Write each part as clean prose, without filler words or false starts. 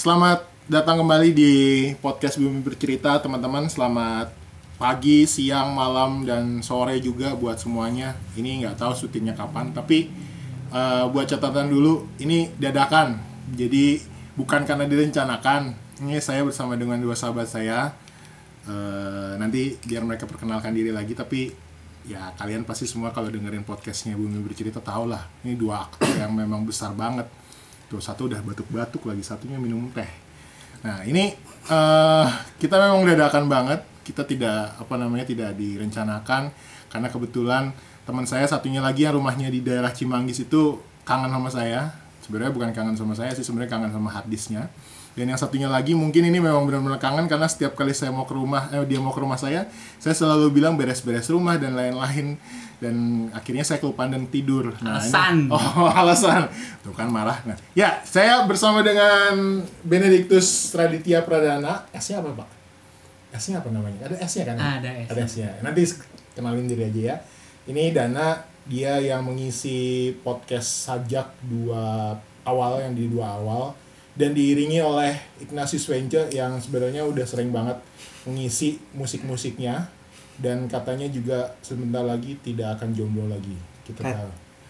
selamat datang kembali di podcast Bumi Bercerita, teman-teman. Selamat pagi, siang, malam, dan sore juga buat semuanya. Ini nggak tahu syutingnya kapan, tapi buat catatan dulu, ini dadakan. Jadi bukan karena direncanakan. Ini saya bersama dengan dua sahabat saya. Nanti biar mereka perkenalkan diri lagi, tapi ya kalian pasti semua kalau dengerin podcastnya Bumi Bercerita tau lah. Ini dua aktor yang memang besar banget. Tuh, satu udah batuk-batuk lagi, satunya minum teh. Nah ini kita memang dadakan banget. Kita tidak tidak direncanakan karena kebetulan teman saya satunya lagi yang rumahnya di daerah Cimanggis itu kangen sama saya. Sebenarnya bukan kangen sama saya sih, sebenarnya kangen sama harddisknya. Dan yang satunya lagi mungkin ini memang benar-benar kangen karena setiap kali saya mau ke rumah, dia mau ke rumah saya selalu bilang beres-beres rumah dan lain-lain. Dan akhirnya saya kelupaan dan tidur. Nah, alasan. Alasan. Tuh kan marah. Nah, ya, saya bersama dengan Benedictus Raditya Pradana. S-nya apa, Pak? S-nya apa namanya? Ada S-nya kan? Ada S. Ada S-nya. Nanti kenalin diri aja ya. Ini Dana, dia yang mengisi podcast Sajak dua awal dan diiringi oleh Ignatius Wence yang sebenarnya udah sering banget mengisi musik-musiknya dan katanya juga sebentar lagi tidak akan jomblo lagi. Kita tahu.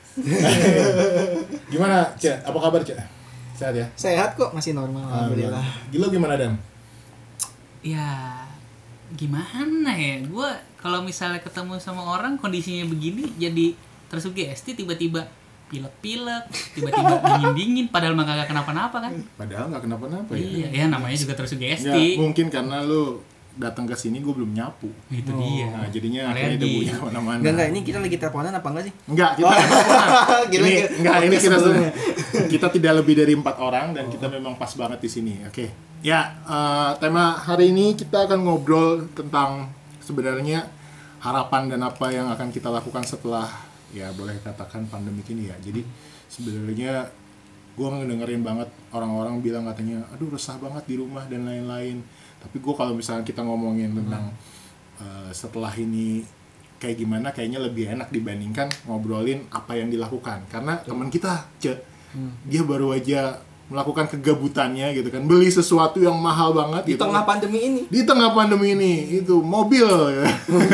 Gimana, Cek? Apa kabar, Cek? Sehat ya? Sehat kok, masih normal alhamdulillah. Gila gimana, Dan? Ya gimana ya, gue kalau misalnya ketemu sama orang kondisinya begini jadi tersugesti, tiba-tiba pilek-pilek, tiba-tiba dingin-dingin, padahal mah kagak kenapa-napa kan. Padahal nggak kenapa-napa ya. Iya, ya namanya juga tersugesti. Ya, mungkin karena lu datang ke sini gue belum nyapu. Itu dia. Nah, jadinya akhirnya debunya mana-mana. Enggak, ini kita lagi teleponan apa enggak sih? Enggak, kita ini kita tidak lebih dari 4 orang dan kita memang pas banget di sini. Oke. Ya, tema hari ini kita akan ngobrol tentang sebenarnya harapan dan apa yang akan kita lakukan setelah, ya boleh katakan pandemi ini ya. Jadi sebenarnya gue ngedengerin banget orang-orang bilang katanya, aduh resah banget di rumah dan lain-lain. Tapi gue kalau misalnya kita ngomongin tentang setelah ini kayak gimana, kayaknya lebih enak dibandingkan ngobrolin apa yang dilakukan. Karena teman kita, dia baru aja melakukan kegabutannya gitu kan, beli sesuatu yang mahal banget di gitu tengah pandemi ini. Di tengah pandemi ini itu mobil ya.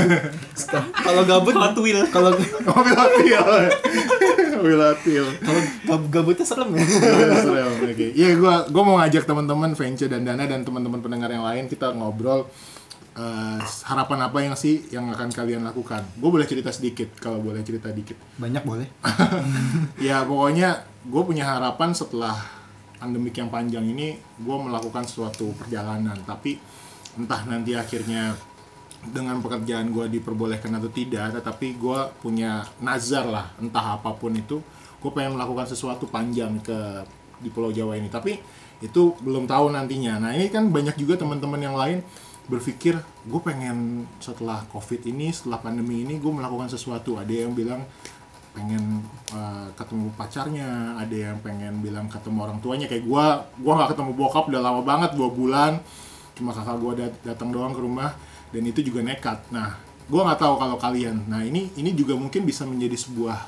Kalau gabut Hot Wheel. Kalau mobil Hot Wheel. Mobil Hot Wheel. Kalau gabutnya serem ya. Serem. Oke. Iya, gua mau ngajak teman-teman Vence dan Dana dan teman-teman pendengar yang lain, kita ngobrol harapan apa yang akan kalian lakukan. Gue boleh cerita sedikit, kalau boleh cerita dikit. Banyak boleh. Ya pokoknya gue punya harapan setelah pandemik yang panjang ini, gue melakukan suatu perjalanan. Tapi entah nanti akhirnya dengan pekerjaan gue diperbolehkan atau tidak, tetapi gue punya nazar lah, entah apapun itu, gue pengen melakukan sesuatu panjang di Pulau Jawa ini. Tapi itu belum tahu nantinya. Nah ini kan banyak juga teman-teman yang lain berpikir, gue pengen setelah COVID ini, setelah pandemi ini, gue melakukan sesuatu. Ada yang bilang pengen ketemu pacarnya, ada yang pengen bilang ketemu orang tuanya. Kayak gue nggak ketemu bokap udah lama banget, 2 bulan, cuma kakak gue datang doang ke rumah, dan itu juga nekat. Nah, gue nggak tahu kalau kalian. Nah, ini juga mungkin bisa menjadi sebuah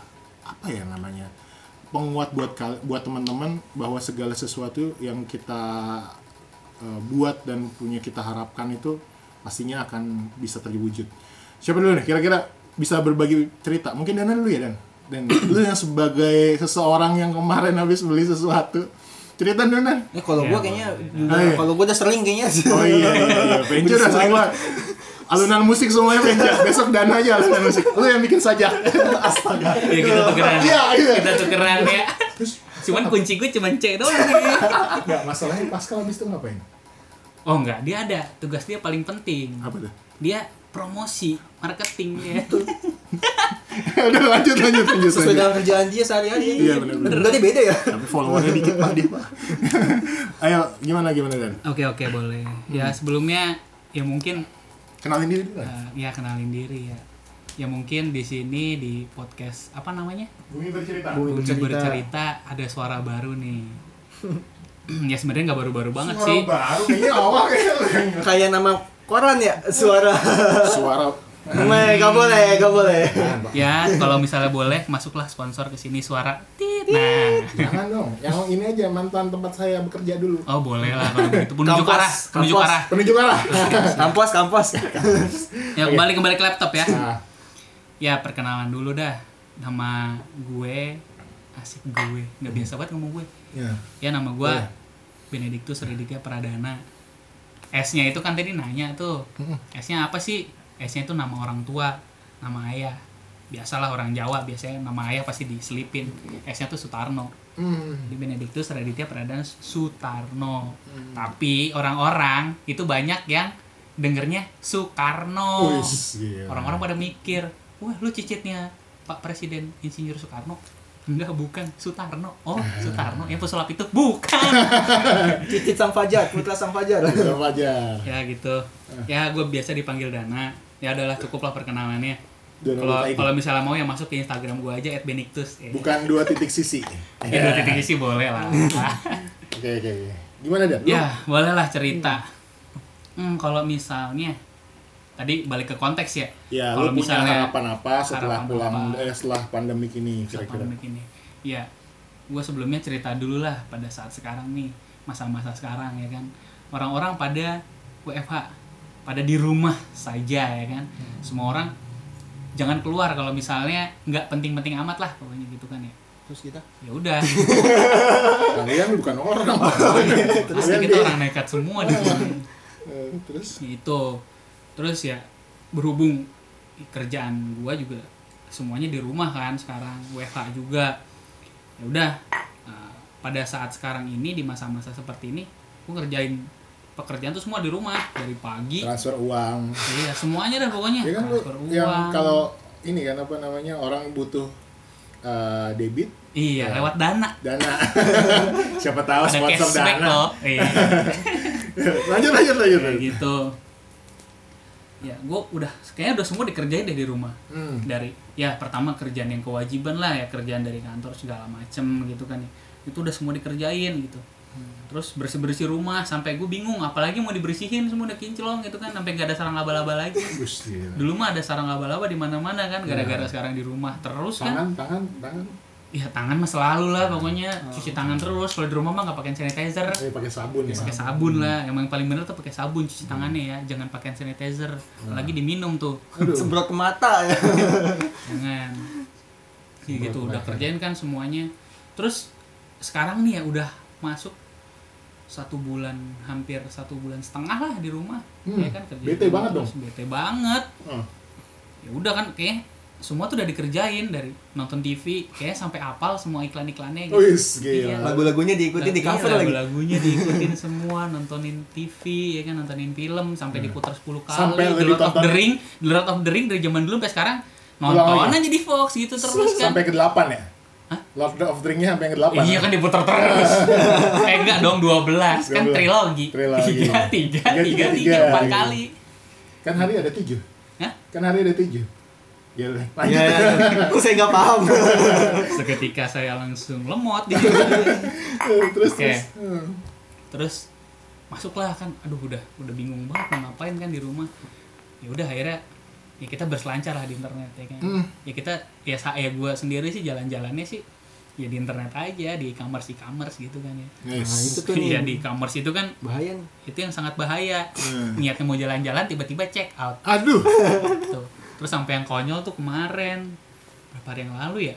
penguat buat teman-teman bahwa segala sesuatu yang kita buat dan kita harapkan itu pastinya akan bisa terwujud. Siapa dulu nih kira-kira bisa berbagi cerita? Mungkin Dana dulu ya, Dan lu yang sebagai seseorang yang kemarin habis beli sesuatu, cerita dulu, Dan. Ya kalau gua kayaknya kalau gua udah sering kayaknya. Oh iya. Vence udah sering banget. Alunan musik semuanya Vence. Besok Dana aja alunan musik. Lu yang bikin saja. Astaga. Ya kita tukeran. Iya. Kita tukeran ya. Cuman kunci gue cuma C doang nih. Enggak, masalahnya Pascal habis itu ngapain? Oh enggak, dia ada. Tugas dia paling penting. Apa tuh? Dia promosi, marketing ya. Udah lanjut. Sesuai dengan kerjaan dia sehari-hari. Iya benar. Berarti beda ya? Tapi followernya dikit Pak dia, Pak. Ayo, gimana Dan? Oke, boleh. Ya sebelumnya ya mungkin Kenalin diri dulu. ya kenalin diri ya. Ya mungkin di sini di podcast apa namanya? Bumi Bercerita. Bumi Bercerita ada suara baru nih. Ya sebenarnya nggak baru-baru banget suara sih. Suara baru kayaknya awal kayaknya. Kayak nama koran ya, suara Gak boleh. Ya, kalau misalnya boleh, masuklah sponsor ke sini suara. Tit. Nah. Jangan dong, yang ini aja mantan tempat saya bekerja dulu. Oh, boleh lah kalau begitu. Penunjuk arah. Penunjuk arah. Kampus. Ya, kembali ke laptop ya. Nah, Ya, perkenalan dulu dah. Nama gue, asik gue. Nggak biasa banget ngomong gue. Ya, nama gue Boleh. Benediktus Ridika Pradana. S-nya itu kan tadi nanya tuh. S-nya apa sih? S-nya itu nama orang tua, nama ayah. Biasalah orang Jawa, biasanya nama ayah pasti diselipin. S-nya tuh Sutarno. Di Benediktus Raditya Pradana Sutarno. Tapi orang-orang itu banyak yang dengernya Soekarno. Wis, gila. Orang-orang pada mikir, wah lu cicitnya Pak Presiden Insinyur Soekarno. Enggak, bukan Sutarno. Oh, Sutarno yang pesulap itu bukan. Cicit Sang Fajar, Putra Sang Fajar. Apa aja. Ya gitu. Ya gue biasa dipanggil Dana. Ya udahlah, cukuplah perkenalannya. Dana.id. Kalau misalnya mau ya masuk ke Instagram gue aja @benediktus. Bukan 2 titik sisi. Ya 2 titik isi boleh lah. Oke. Gimana, Dan? Ya, boleh lah cerita. Kalau misalnya tadi balik ke konteks ya. Ya, Kalau lu punya misalnya harapan apa setelah harapan apa? setelah pandemik ini Saat kira-kira? pandemik ini. Ya, gue sebelumnya cerita dulu lah pada saat sekarang nih, masa-masa sekarang ya kan. Orang-orang pada WFH, pada di rumah saja ya kan. Semua orang jangan keluar kalau misalnya nggak penting-penting amat lah pokoknya gitu kan ya. Terus kita? Ya udah. Kalian bukan orang. Terus kita orang nekat semua di sini. Terus Gitu. Terus ya berhubung kerjaan gua juga semuanya di rumah kan sekarang, WFH juga. Ya udah, pada saat sekarang ini di masa-masa seperti ini gua ngerjain pekerjaan tuh semua di rumah dari pagi. transfer uang. Iya, semuanya dah pokoknya. Ya kan lu Transfer yang uang. kalau ini kan apa namanya orang butuh debit Iya, lewat Dana. Dana. Siapa tahu Ada sponsor cashback Dana. kok. Iya. lanjut. Kayak gitu. Ya, gue kayaknya udah semua dikerjain deh di rumah. Dari ya pertama kerjaan yang kewajiban lah ya, kerjaan dari kantor segala macem gitu kan ya. Itu udah semua dikerjain gitu. Terus bersih rumah sampai gue bingung apalagi mau dibersihin, semua udah kinclong gitu kan, sampai gak ada sarang laba-laba lagi. Dulu mah ada sarang laba-laba di mana-mana kan, gara-gara sekarang di rumah terus kan. Tangan. Ya tangan mah selalu lah pokoknya, cuci tangan terus. Kalau di rumah mah nggak pakai sanitizer. Pakai sabun ya. Pakai sabun lah, yang paling bener tuh pakai sabun cuci tangannya ya, jangan pakai sanitizer. Lagi diminum tuh. Semprot ke mata ya. Jangan. Gitu udah kerjain kan semuanya. Terus sekarang nih ya udah masuk 1 bulan, hampir 1,5 bulan lah di rumah. Ya kan kerja. Bete banget dong. Bete banget. Ya udah kan kayak semua tuh udah dikerjain, dari nonton TV kayak sampai hafal semua iklan-iklannya gitu. Wis, gila. Iya. Lagu-lagunya diikutin di cover lagi. Lagu-lagunya diikutin semua, nontonin TV ya kan, nontonin film sampai diputar 10 kali. Sampai The Lord of ditonton- the Lord of the Ring dari zaman dulu sampai sekarang nonton aja di Fox gitu terus kan. Sampai ke-8 ya? Hah? Lord of the Ring-nya sampai ke-8. Iya kan diputar terus. Enggak dong 12 kan 12. trilogi. Trilogi. 3 4 kali. Kan hari ada 7. Hah? Kan hari ada 7. Ya udah, lanjut. Ya, kok saya nggak paham. Seketika saya langsung lemot di situ. Terus Oke. terus. Terus masuklah kan, aduh udah bingung banget mau ngapain kan di rumah. Ya udah akhirnya ya kita berselancar lah di internet ya kan. Ya kita ya gue sendiri sih jalan-jalannya sih ya di internet aja, di e-commerce gitu kan ya. Yes. Nah, itu tuh Iya nih. di e-commerce itu kan Bahaya nih. itu yang sangat bahaya. Niatnya mau jalan-jalan tiba-tiba check out. Aduh. Tuh. Terus sampai yang konyol tuh kemarin berapa hari yang lalu ya?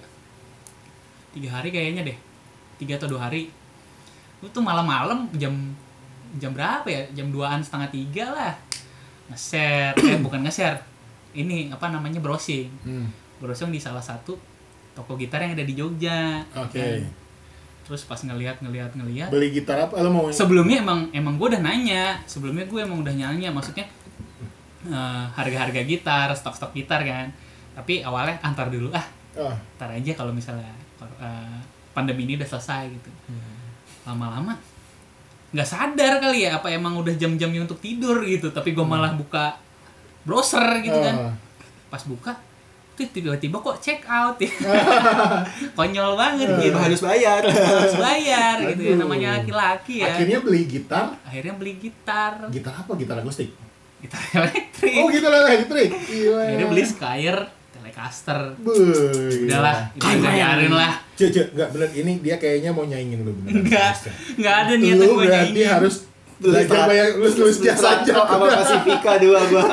3 hari kayaknya deh. 3 atau 2 hari. Itu tuh malam-malam jam berapa ya? Jam 2-an setengah 3 lah. Nge-share, bukan nge-share. Ini apa namanya browsing. Browsing di salah satu toko gitar yang ada di Jogja. Oke. Terus pas ngelihat Beli gitar apa? Lo mau sebelumnya emang gue udah nanya. Sebelumnya gue emang udah nanya, maksudnya harga-harga gitar, stok-stok gitar kan. Tapi awalnya antar dulu ntar aja kalau misalnya pandemi ini udah selesai gitu. Lama-lama nggak sadar kali ya, apa emang udah jam-jamnya untuk tidur gitu, tapi gue malah buka browser gitu kan. Pas buka tuh tiba-tiba kok check out ya. Konyol banget gitu. Harus bayar. Harus bayar gitu ya, namanya laki-laki ya. Akhirnya beli gitar. Akhirnya beli gitar. Gitar apa? Gitar akustik. gitar elektrik. Oh gitu lah elektrik. Gila. Akhirnya beli Squier Telecaster. Buy. Udahlah, itu udah biarin lah. Cek, enggak bener ini dia kayaknya mau nyaingin lu bener. Enggak ada niatan Lu gue berarti nyanyi. harus belajar banyak lulus jasa aja. Sama Pasifika 2 gua.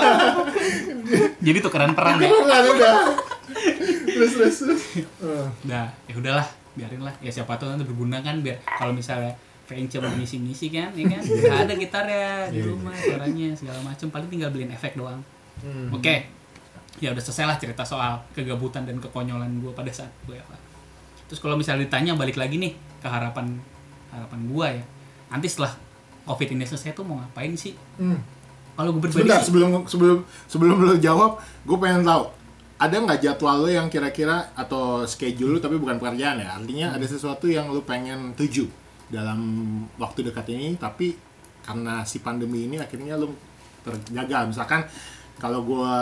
Jadi tukeran peran ya. Keren udah. Terus. Udah, ya udahlah, biarin lah. Ya siapa tahu nanti berguna kan biar kalau misalnya Vence mau ngisi-ngisi kan, ya kan. Udah ada gitar ya di rumah, suaranya segala macam, paling tinggal beliin efek doang. Oke. Ya udah selesai lah cerita soal kegabutan dan kekonyolan gue pada saat gue apa. Terus kalau misalnya ditanya balik lagi nih ke harapan gue ya. Nanti setelah COVID ini selesai tuh mau ngapain sih? Kalau gue berbagi Sebentar, sih, sebelum lo jawab, gue pengen tahu ada nggak jadwal lo yang kira-kira atau schedule lo tapi bukan pekerjaan ya? Artinya ada sesuatu yang lo pengen tuju dalam waktu dekat ini, tapi karena si pandemi ini akhirnya lo terjaga. Misalkan kalau gue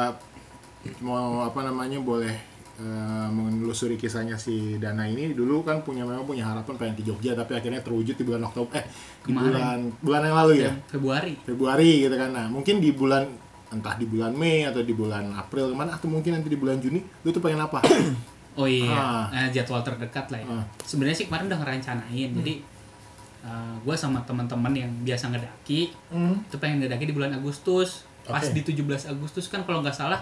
mau boleh menelusuri kisahnya si Dana ini, dulu kan memang punya harapan pengen ke Jogja, tapi akhirnya terwujud di bulan Oktober di bulan yang lalu ya, Februari gitu kan. Nah mungkin di bulan entah di bulan Mei atau di bulan April kemana, atau mungkin nanti di bulan Juni lu tuh pengen apa? Oh iya, jadwal terdekat lah ya. Sebenarnya sih kemarin udah ngerencanain, jadi gue sama teman-teman yang biasa ngedaki itu pengen ngedaki di bulan Agustus. Pas di 17 Agustus kan kalau nggak salah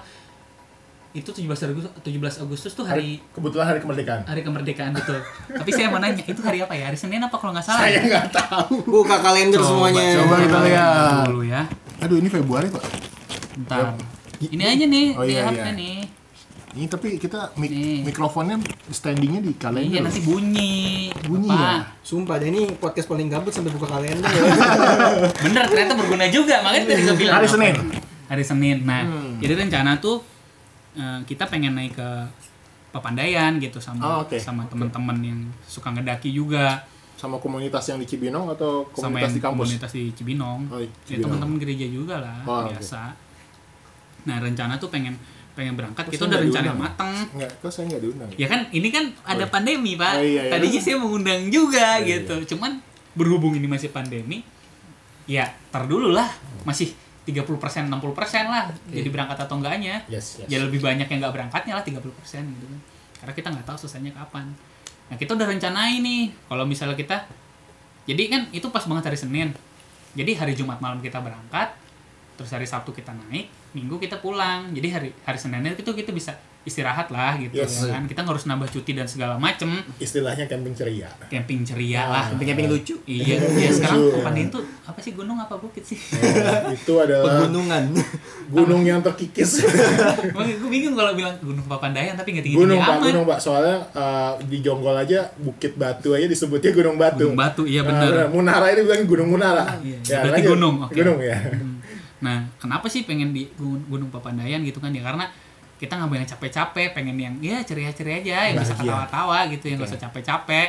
itu 17 Agustus tuh kebetulan hari kemerdekaan. Hari kemerdekaan betul. Tapi saya mau nanya, itu hari apa ya? Hari Senin apa kalau nggak salah? Saya nggak tahu. Buka kalender semuanya. Coba kita lihat dulu ya. Aduh ini Februari Pak. Bentar. Ini aja nih, Oh, iya, HP iya. nih. Ini tapi kita Nih. mikrofonnya standingnya di kalender. Iya nanti bunyi. Bunyi Apa? ya? Sumpah deh ini podcast paling gabut sampai buka kalender ya. Bener, ternyata berguna juga. Makanya tadi gue bilang. Hari Senin. Hari Senin. Nah, jadi rencana tuh kita pengen naik ke Papandayan gitu sama teman-teman yang suka ngedaki juga. Sama komunitas yang di Cibinong atau Sama komunitas yang di kampus? komunitas di Cibinong. Oh, Ya Cibinong. teman-teman gereja juga lah, biasa. Nah, rencana tuh pengen berangkat, kita saya udah nggak rencana diundang? mateng. Enggak, kok saya nggak diundang? Ya kan ini kan ada pandemi, Pak. Oh, iya. Tadinya saya mengundang juga Iya, gitu. Cuman berhubung ini masih pandemi, ya dulu lah. Masih 30%, 60% lah. Jadi berangkat atau enggaknya. Yes. Ya lebih banyak yang nggak berangkatnya lah 30% gitu kan. Karena kita nggak tahu selesainya kapan. Nah, kita udah rencanain nih kalau misalnya kita, jadi kan itu pas banget hari Senin. Jadi hari Jumat malam kita berangkat, terus hari Sabtu kita naik, Minggu kita pulang. Jadi hari Seninnya itu kita bisa istirahat lah gitu ya kan. Kita nggak harus nambah cuti dan segala macem. Istilahnya camping ceria. Camping ceria lah. Camping lucu. Iya, ya sekarang Papandayan tuh apa sih, gunung apa bukit sih? Itu adalah Pegunungan. gunung yang terkikis. Gue bingung kalau bilang gunung Papandayan tapi nggak tinggi-tinggi amat. Gunung Pak. Soalnya di Jonggol aja Bukit Batu aja disebutnya Gunung Batu. Gunung Batu, iya benar. Munara ini bilang Gunung Munara. Iya, Ya, berarti lanjut. gunung, oke. Gunung ya. Nah, kenapa sih pengen di Gunung Papandayan gitu kan ya? Karena kita nggak boleh capek-capek, pengen yang ya ceria-ceria aja, yang bisa Bahagia. ketawa-tawa gitu, yang nggak usah capek-capek.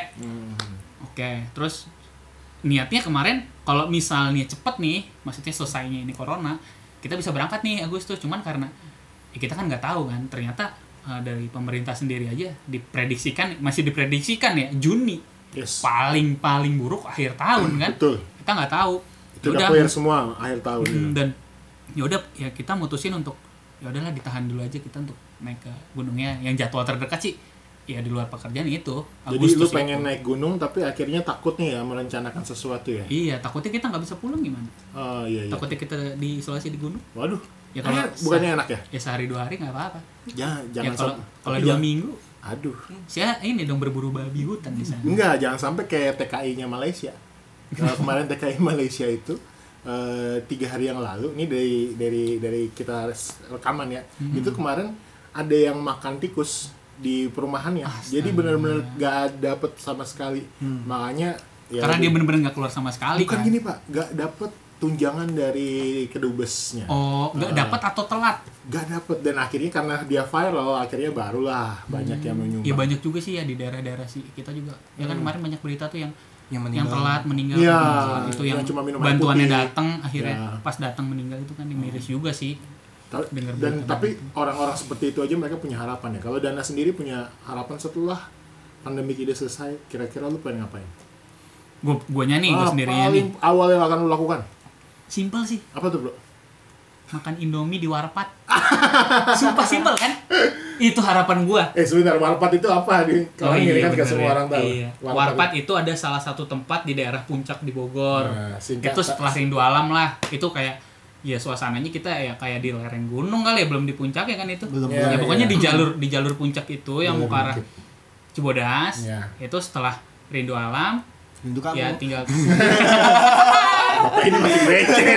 Oke, terus niatnya kemarin kalau misalnya cepet nih, maksudnya selesainya ini corona, kita bisa berangkat nih Agustus. Cuman karena ya kita kan nggak tahu kan, ternyata dari pemerintah sendiri aja masih diprediksikan ya Juni. Yes. Paling buruk akhir tahun kan. Betul. Kita nggak tahu. Itu Yaudah, udah clear semua akhir tahun. dan ya udah ya kita mutusin untuk ya udahlah ditahan dulu aja kita untuk naik ke gunungnya yang jadwal terdekat sih ya di luar pekerjaan itu Jadi Agustus lu pengen itu. naik gunung tapi akhirnya takut nih ya merencanakan sesuatu ya. Iya, takutnya kita nggak bisa pulang gimana, Oh iya. takutnya kita diisolasi di gunung Waduh. ya kalau bukannya enak ya? ya sehari 2 hari nggak apa-apa Ya, ya jangan kalau tapi 2 minggu Aduh. saya ini dong berburu babi hutan di sana. Enggak, jangan sampai kayak TKI-nya Malaysia. Kemarin TKI Malaysia itu 3 hari yang lalu, ini dari kita rekaman ya, itu kemarin ada yang makan tikus di perumahannya. Jadi benar-benar gak dapet sama sekali. Makanya ya, Karena dia benar-benar nggak keluar sama sekali bukan kan. gini Pak, gak dapet tunjangan dari kedubesnya. Oh, nggak dapat atau telat? Gak dapet, dan akhirnya karena dia viral, akhirnya barulah banyak yang menyumbang. Ya banyak juga sih ya di daerah-daerah sih kita juga. Ya kan kemarin banyak berita tuh yang Yang telat meninggal Iya, itu yang cuma minum air bantuannya putih. datang akhirnya Ya. pas datang meninggal itu kan miris juga sih. Dengar Dan berita. tapi orang-orang seperti itu aja mereka punya harapan ya. Kalau Dana sendiri punya harapan setelah pandemi ini selesai, kira-kira lu pengen ngapain? Guanya nih, gue sendirinya nih. paling awal yang akan lu lakukan Simpel sih. apa tuh bro? makan Indomie di Warpat. Sumpah simpel kan? Itu harapan gua. Sebentar, Warpat itu apa nih? Kalau ini kan bener semua ya. orang tahu. Iya. Warpat itu ada salah satu tempat di daerah Puncak di Bogor. Nah, Itu setelah Rindu Alam lah. Itu kayak ya suasananya kita ya kayak di lereng gunung kali ya, belum di puncak ya kan itu. Belum. Ya, pokoknya di jalur puncak itu yang mau ke arah Cibodas. Ya. Itu setelah Rindu Alam. Rindu kamu. Ya tinggal Bapak ini masih receh.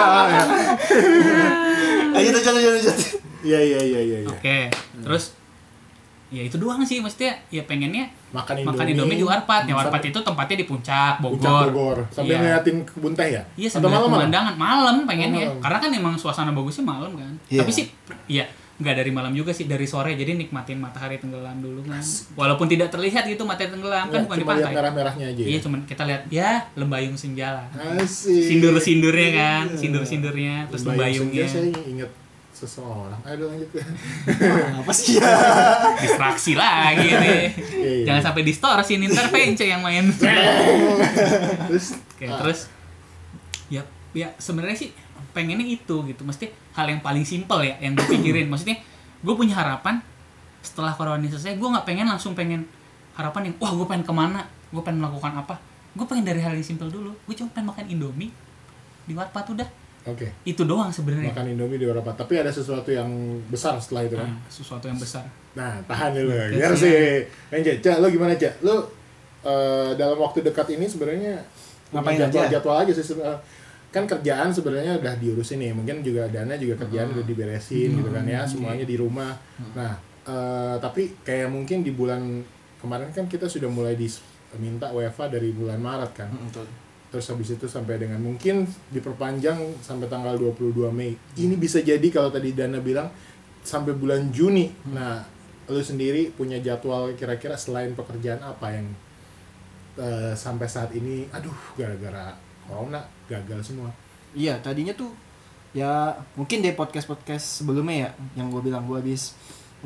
Ayo lanjut. Iya. Oke. Terus ya itu doang sih, maksudnya ya pengennya Makan Indomie di Warpat. Ya Warpat itu tempatnya di Puncak Puncak Bogor. Bogor. Sampai Iya. ngeliatin kebun teh ya? Iya, Atau sambil malam? pemandangan malam pengennya. malam. Karena kan emang suasana bagusnya malam kan. Iya. Tapi sih ya nggak dari malam juga sih, dari sore, jadi nikmatin matahari tenggelam dulu kan. Walaupun tidak terlihat gitu matahari tenggelam kan, bukan di Cuma lihat pantai. merah-merahnya aja. Iya, cuman kita lihat ya lembayung senja lah. Asik. Sindur-sindurnya kan, sindur-sindurnya, terus lembayungnya. Senja saya ingat seseorang. Ayo lanjut. Apa sih ya? Distraksi lagi nih. Iya. Jangan sampai distorsi ntar Pence yang main. Terus Oke, terus ya sebenarnya sih pengennya itu gitu, mesti hal yang paling simpel ya yang gue pikirin. Maksudnya gue punya harapan setelah corona ini selesai, gue nggak pengen langsung pengen harapan yang wah gue pengen kemana, gue pengen melakukan apa. Gue pengen dari hal yang simpel dulu, gue cuma pengen makan Indomie di Warpat udah. Oke. Itu doang sebenarnya. Makan Indomie di Warpat. Tapi ada sesuatu yang besar setelah itu kan. Sesuatu yang besar. Nah, tahan dulu. Biar sih. Cak, lo gimana, Cak? Lo dalam waktu dekat ini sebenarnya Ngapain jadwal aja sih sebenarnya. Kan kerjaan sebenarnya udah diurusin nih. Mungkin juga dana juga kerjaan udah diberesin gitu kan ya. Semuanya di rumah. Nah, tapi kayak mungkin di bulan kemarin kan kita sudah mulai diminta WFA dari bulan Maret kan. Betul. Terus habis itu sampai dengan mungkin diperpanjang sampai tanggal 22 Mei. Ini bisa jadi kalau tadi Dana bilang sampai bulan Juni. Nah, lu sendiri punya jadwal kira-kira selain pekerjaan apa yang sampai saat ini aduh gara-gara corona gagal semua. Iya, tadinya tuh ya mungkin dari podcast sebelumnya ya yang gue bilang gue habis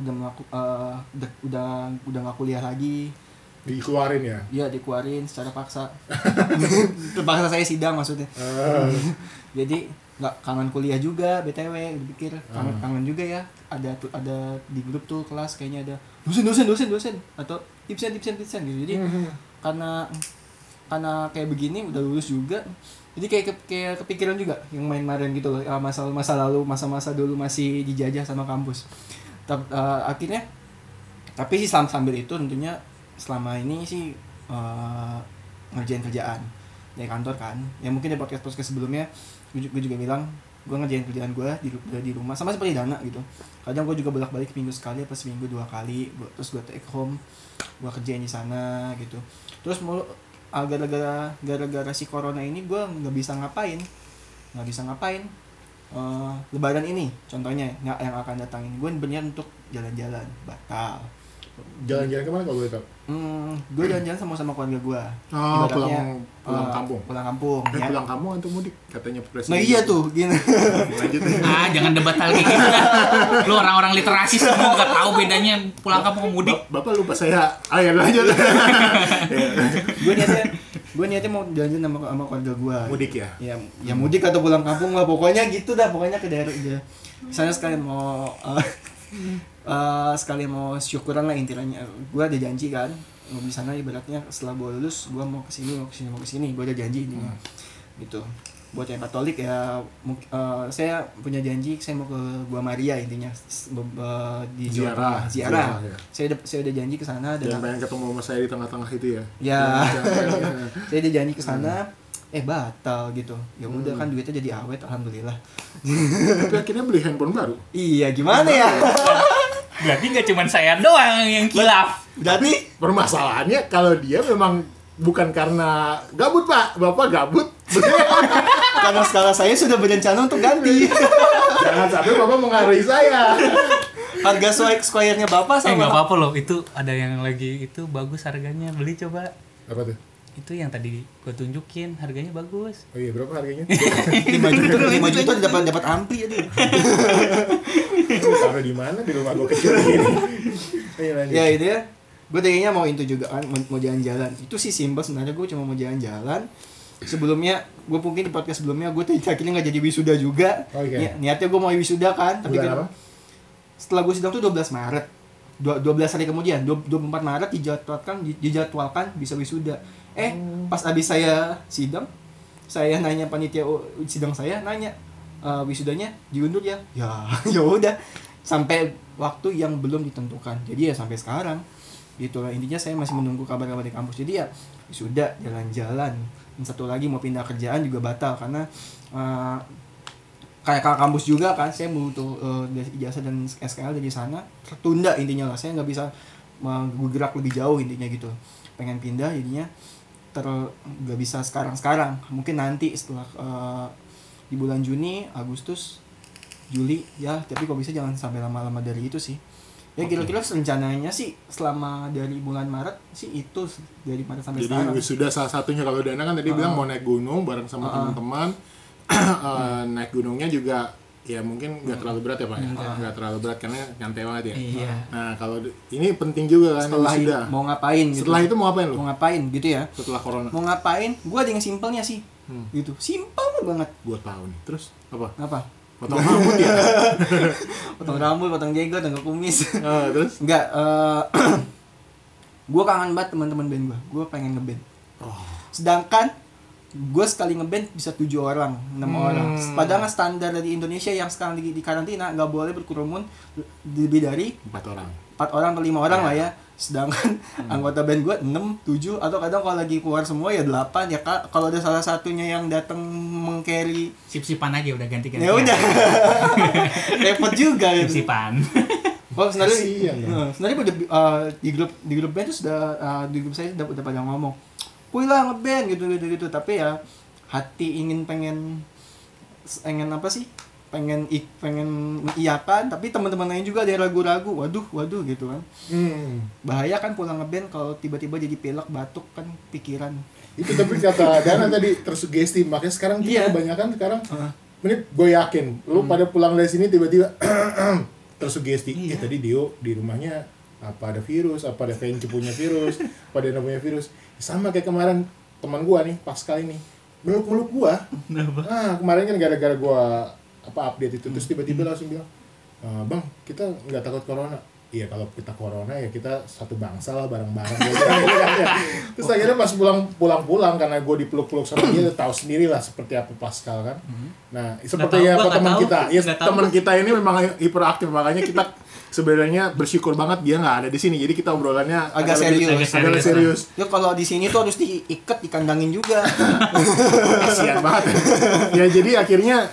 udah nggak kuliah lagi. Dikeluarin ya? Iya, dikeluarin secara paksa. Terpaksa saya sidang maksudnya. Jadi nggak kangen kuliah juga, BTW dipikir kangen juga ya. Ada di grup tuh kelas kayaknya ada dosen atau tipsen gitu. Jadi karena kayak begini udah lulus juga. Jadi kayak kepikiran juga yang main-main gitu loh, masa lalu, masa-masa dulu masih dijajah sama kampus. Akhirnya tapi sih sambil itu tentunya selama ini sih ngerjain kerjaan dari kantor kan. Ya mungkin di podcast sebelumnya gue juga bilang gue ngerjain kerjaan gue di rumah sama seperti Dana gitu. Kadang gue juga bolak-balik minggu sekali apa seminggu 2 kali. Terus gue take home, gue kerjain di sana gitu. Terus gara-gara si corona ini gue nggak bisa ngapain. Lebaran ini contohnya yang akan datang ini gue berniat untuk jalan-jalan batal. Jalan-jalan kemana kalau boleh tahu? Gue jalan-jalan sama keluarga gue. Oh, pulang kampung. Pulang kampung. Ya. Pulang kampung atau mudik katanya presiden. Nah iya tuh, gini. Lanjut. Jangan debat hal kayak gitu kan. Lu orang-orang literasi semua nggak tahu bedanya pulang kampung ke mudik. Bapak lupa saya. Ayo lanjut. Gue niatnya mau jalan-jalan sama keluarga gue. Mudik ya? Ya mudik atau pulang kampung lah, pokoknya gitu dah, pokoknya ke daerah aja. Misalnya sekalian mau syukuran lah intinya. Gue ada janji kan di sana, ibaratnya setelah gue lulus gue mau kesini, gue ada janji ini gitu. Buat yang Katolik ya saya punya janji, saya mau ke Gua Maria intinya di ziarah. Ya. Saya udah janji ke sana dan pengen ketemu sama saya di tengah-tengah itu ya. Ya. Saya udah janji ke sana. Batal gitu. Ya udah kan duitnya jadi awet, alhamdulillah. Tapi akhirnya beli handphone baru. Iya, gimana ya? Berarti nggak cuma saya doang yang kilaf. Berarti Permasalahannya kalau dia memang bukan karena gabut, Pak. Bapak gabut. karena skala saya sudah berencana untuk ganti. Jangan sampai Bapak mengaruhi saya. Harga square-nya Bapak sama Nggak apa-apa loh, itu ada yang lagi itu bagus harganya, beli coba. Apa tuh? Itu yang tadi gue tunjukin, harganya bagus. Oh iya, berapa harganya? 5 juta dapat ampli ya dia. Taruh di mana? Di rumah gue kecil gini. Ayo lanjut. Ya itu ya. Gue tadinya mau itu juga kan, mau jalan-jalan. Itu sih simpel sebenarnya, gue cuma mau jalan-jalan. sebelumnya gue mungkin di podcast sebelumnya gue tuh akhirnya nggak jadi wisuda juga. Niatnya gue mau wisuda kan, tapi kan setelah gue sidang tuh 12 Maret 12 hari kemudian 24 Maret dijadwalkan bisa wisuda. Pas abis saya sidang, saya nanya panitia sidang, saya nanya wisudanya diundur ya ya udah sampai waktu yang belum ditentukan, jadi ya sampai sekarang gitu lah. Intinya saya masih menunggu kabar-kabar di kampus. Jadi ya wisuda, jalan-jalan. Dan satu lagi mau pindah kerjaan juga batal karena kayak kampus juga kan, saya butuh ijazah dan SKL dari sana, tertunda intinya lah. Saya nggak bisa bergerak lebih jauh intinya gitu. Pengen pindah jadinya nggak bisa sekarang. Mungkin nanti setelah di bulan Juni, Agustus, Juli ya. Tapi kalau bisa jangan sampai lama-lama dari itu sih. Ya kira-kira rencananya sih selama dari bulan Maret sih itu, dari Maret sampai jadi sekarang. Jadi sudah salah satunya. Kalau Dana kan tadi bilang mau naik gunung bareng sama teman-teman. Naik gunungnya juga ya mungkin nggak terlalu berat ya Pak ya? Nggak terlalu berat karena nyantai banget ya. Iya. Nah kalau ini penting juga kan. Setelah itu mau ngapain gitu. Setelah itu mau ngapain lu? Mau ngapain gitu ya. Setelah corona. Mau ngapain? Gua ada yang simpelnya sih. Gitu. Simpel banget. Gua tahu nih. Terus apa? Potong rambut ya? Potong rambut, potong jenggot, potong kumis. Terus? Enggak, gue kangen banget teman-teman band gue pengen ngeband. Sedangkan gue sekali ngeband bisa 7 orang, 6 orang. Padahal standar dari Indonesia yang sekarang di karantina nggak boleh berkerumun lebih dari 4 orang atau 5 orang lah ya. Sedangkan anggota band gue 6, 7 atau kadang kalau lagi keluar semua ya 8 ya. Kalau ada salah satunya yang datang meng-carry, sip-sipan aja udah ganti-ganti. ya udah. Repot juga gitu. Sip-sipan. Sebenarnya di grup band itu sudah di grup saya udah pada ngomong, "Kuy lah ngeband gitu." Tapi ya hati pengen apa sih? Pengen mengiyakan, tapi teman-teman lain juga ada yang ragu-ragu. Waduh gitu kan. Bahaya kan pulang ngeband kalau tiba-tiba jadi pilek, batuk kan pikiran. Itu tapi kata Dana tadi tersugesti, makanya sekarang kita kebanyakan sekarang ini gue yakin lu pada pulang dari sini tiba-tiba tersugesti. Tadi Dio di rumahnya apa ada virus, apa ada Fenci punya virus, apa ada punya virus. Sama kayak kemarin teman gua nih pas kali nih meluk-meluk gua. Kemarin kan gara-gara gua update itu terus tiba-tiba langsung bilang, "Bang, kita nggak takut corona." Iya, kalau kita corona ya kita satu bangsa lah, bareng-bareng. Terus akhirnya pas pulang karena gue dipeluk-peluk sama dia, tahu sendiri lah seperti apa Pascal kan. Nah, seperti yang teman kita, ya teman kita ini memang hiperaktif, makanya kita sebenarnya bersyukur banget dia nggak ada di sini. Jadi kita obrolannya agak serius. Ya kalau di sini tuh harus diikat, dikandangin juga. Kasian banget. Ya jadi akhirnya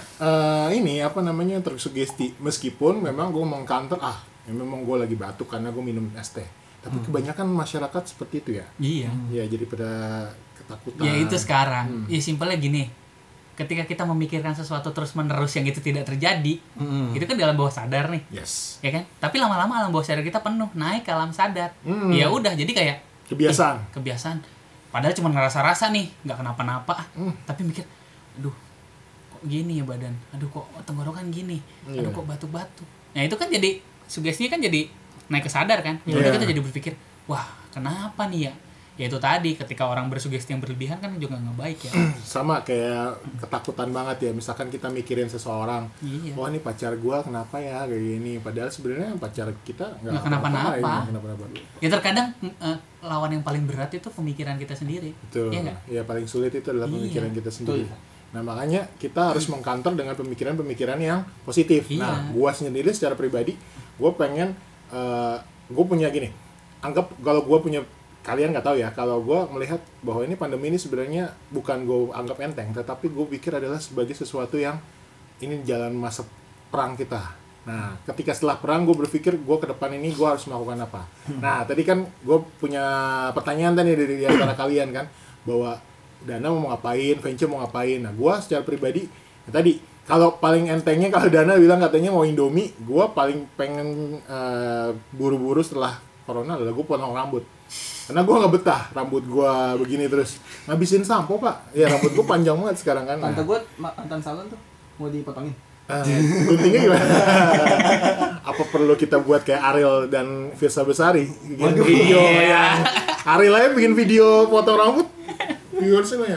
tersugesti. Meskipun memang gue mengcounter ya memang gue lagi batuk karena gue minum es teh. Tapi kebanyakan masyarakat seperti itu ya. Iya. Ya jadi pada ketakutan. Ya itu sekarang. Ya simpelnya gini. Ketika kita memikirkan sesuatu terus-menerus yang itu tidak terjadi, itu kan dalam bawah sadar nih. Yes. Ya kan? Tapi lama-lama alam bawah sadar kita penuh, naik ke alam sadar. Ya udah, jadi kayak kebiasaan. Padahal cuma ngerasa-rasa nih, nggak kenapa-napa. Tapi mikir, aduh, kok gini ya badan? Aduh, kok tenggorokan gini? Aduh, kok batuk-batuk? Nah, itu kan jadi sugestinya kan jadi naik ke sadar kan. Ya udah kita jadi berpikir, wah, kenapa nih ya? Ya itu tadi, ketika orang bersugesti yang berlebihan kan juga nggak baik ya. Sama kayak ketakutan banget ya, misalkan kita mikirin seseorang, wah ini pacar gua kenapa ya kayak gini, padahal sebenarnya pacar kita nggak kenapa-napa. Ya terkadang lawan yang paling berat itu pemikiran kita sendiri. Betul. Ya nggak? Ya paling sulit itu adalah pemikiran kita sendiri. Nah makanya kita harus mengkantor dengan pemikiran-pemikiran yang positif. Nah gua sendiri secara pribadi, gua pengen gua punya gini, anggap kalau gua punya, kalian nggak tahu ya, kalau gue melihat bahwa ini pandemi ini sebenarnya bukan gue anggap enteng, tetapi gue pikir adalah sebagai sesuatu yang ini jalan masa perang kita. Nah, ketika setelah perang gue berpikir gue ke depan ini gue harus melakukan apa. Nah, tadi kan gue punya pertanyaan tadi dari antara kalian kan, bahwa Dana mau ngapain, Vence mau ngapain. Nah, gue secara pribadi tadi kalau paling entengnya, kalau Dana bilang katanya mau Indomie, gue paling pengen buru-buru setelah corona adalah gue potong rambut. Karena gue nggak betah rambut gue begini terus ngabisin sampo pak. Ya rambut gue panjang banget sekarang kan. Tante gue mantan salon tuh mau dipotongin. Guntingnya gimana? Apa perlu kita buat kayak Ariel dan Firsa Besari bikin video ya? Ariel aja bikin video potong rambut, viewersnya banyak.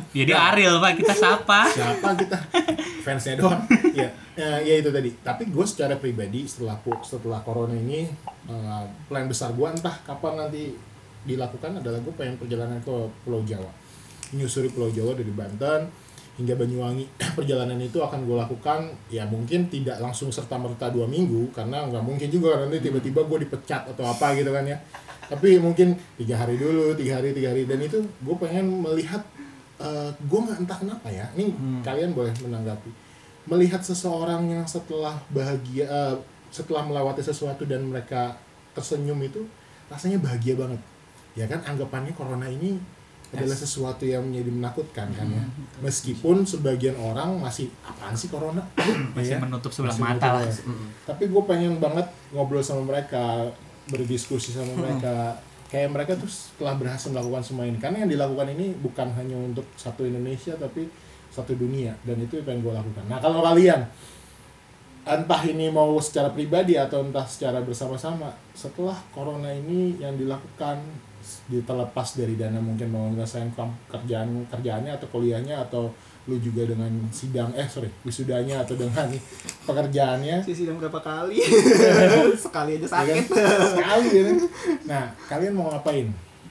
Jadi Ariel Pak, kita siapa? Siapa kita? Fansnya doang. Ya itu tadi. Tapi gue secara pribadi setelah corona ini plan besar gue entah kapan nanti dilakukan adalah gue pengen perjalanan ke Pulau Jawa. Menyusuri Pulau Jawa dari Banten hingga Banyuwangi. Perjalanan itu akan gue lakukan ya mungkin tidak langsung serta-merta 2 minggu karena nggak mungkin juga nanti tiba-tiba gue dipecat atau apa gitu kan ya. Tapi mungkin 3 hari dulu, 3 hari dan itu gue pengen melihat gue nggak entah kenapa ya. Ini kalian boleh menanggapi. Melihat seseorang yang setelah bahagia, setelah melewati sesuatu dan mereka tersenyum itu rasanya bahagia banget. Ya kan anggapannya corona ini adalah sesuatu yang menjadi menakutkan kan ya. Meskipun sebagian orang masih apaan sih corona? Masih ya? menutup sebelah Masih mata lah. Tapi gue pengen banget ngobrol sama mereka, berdiskusi sama mereka. Kayak mereka tuh setelah berhasil melakukan semua ini. Karena yang dilakukan ini bukan hanya untuk satu Indonesia tapi satu dunia. Dan itu yang pengen gue lakukan. Nah kalau kalian entah ini mau secara pribadi atau entah secara bersama-sama, setelah corona ini yang dilakukan terlepas dari dana mungkin mau ngerasain kerjaannya atau kuliahnya atau lu juga dengan wisudanya atau dengan pekerjaannya sidang berapa kali? Sekali aja sakit. Ya kan? Sekali ya kan? Nah kalian mau ngapain?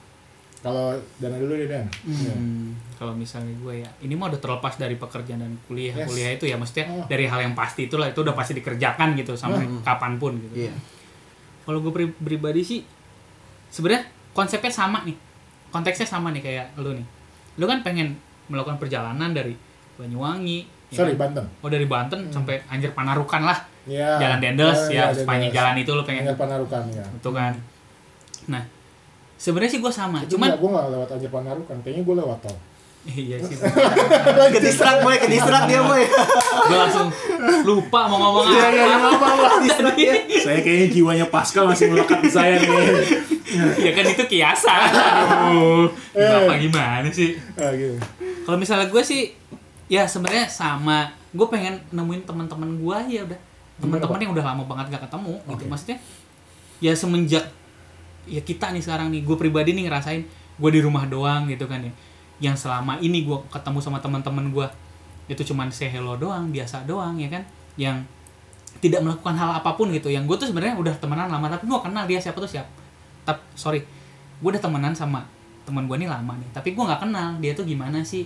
Kalau Dana dulu deh Dan. Kalau misalnya gue ya, ini mah udah terlepas dari pekerjaan dan kuliah. Yes. Kuliah itu ya maksudnya dari hal yang pasti itulah, itu udah pasti dikerjakan gitu sampai kapanpun gitu. Iya. Kalau gue pribadi sih sebenarnya konsepnya sama nih. Konteksnya sama nih kayak lu nih. Lu kan pengen melakukan perjalanan dari Banyuwangi, ya kan? Banten. Oh dari Banten sampai Anjir Panarukan lah. Ya. Jalan Dendels ya, Dendels. sepanjang jalan itu lu pengen. Anjir Panarukan ya. Itu kan. Nah, sebenarnya sih gue sama. Itu Cuman gue nggak lewat Anjir Panarukan, kayaknya gue lewat tol. iya sih. Kedistrak dia boy. Gue langsung lupa mau ngomong Tadi. Saya kayaknya jiwanya Pascal masih melekat di saya nih. Ya kan itu kiasan. Aduh. Bapak gimana sih? Gitu. Kalau misalnya gue sih ya sebenarnya sama. Gue pengen nemuin teman-teman gue ya udah. Teman-teman yang udah lama banget gak ketemu gitu. Maksudnya ya semenjak ya kita nih sekarang nih, gue pribadi nih ngerasain gue di rumah doang gitu kan ya. Yang selama ini gue ketemu sama teman-teman gue itu cuman say hello doang, biasa doang ya kan. Yang tidak melakukan hal apapun gitu. Yang gue tuh sebenarnya udah temenan lama tapi gue kenal dia siapa tuh siapa. Gue udah temenan sama teman gue nih lama nih, tapi gue nggak kenal dia tuh gimana sih,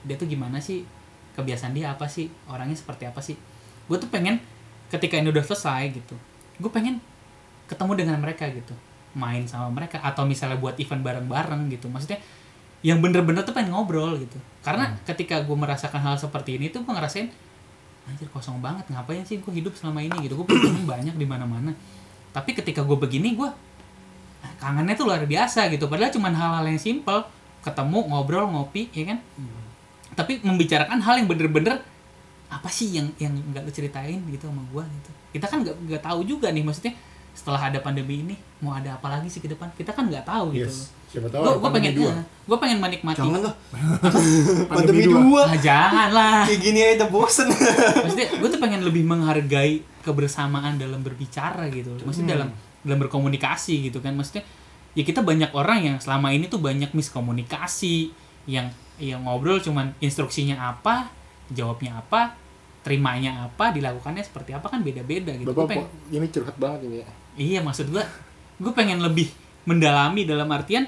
kebiasaan dia apa sih, orangnya seperti apa sih. Gue tuh pengen ketika ini udah selesai gitu, gue pengen ketemu dengan mereka gitu, main sama mereka atau misalnya buat event bareng-bareng gitu. Maksudnya yang bener-bener tuh pengen ngobrol gitu, karena ketika gue merasakan hal seperti ini tuh gue ngerasain anjir kosong banget, ngapain sih gue hidup selama ini gitu. Gue punya banyak di mana-mana, tapi ketika gue begini gue kangennya tuh luar biasa gitu. Padahal cuma hal-hal yang simpel, ketemu, ngobrol, ngopi, ya kan. Tapi membicarakan hal yang bener-bener apa sih yang nggak lu ceritain gitu sama gua gitu. Kita kan nggak tahu juga nih, maksudnya setelah ada pandemi ini mau ada apa lagi sih ke depan, kita kan nggak tahu gitu. Siapa tahu gue pengen menikmati. Jangan lah. Pandemi 2. Jangan lah. Kayak gini aja udah bosen. Maksudnya gue tuh pengen lebih menghargai kebersamaan dalam berbicara gitu. Maksudnya dalam berkomunikasi gitu kan. Maksudnya ya kita banyak orang yang selama ini tuh banyak miskomunikasi, yang ngobrol cuman instruksinya apa, jawabnya apa, terimanya apa, dilakukannya seperti apa kan beda-beda gitu. Bapak ini curhat banget ini ya. Iya, maksud gue pengen lebih mendalami dalam artian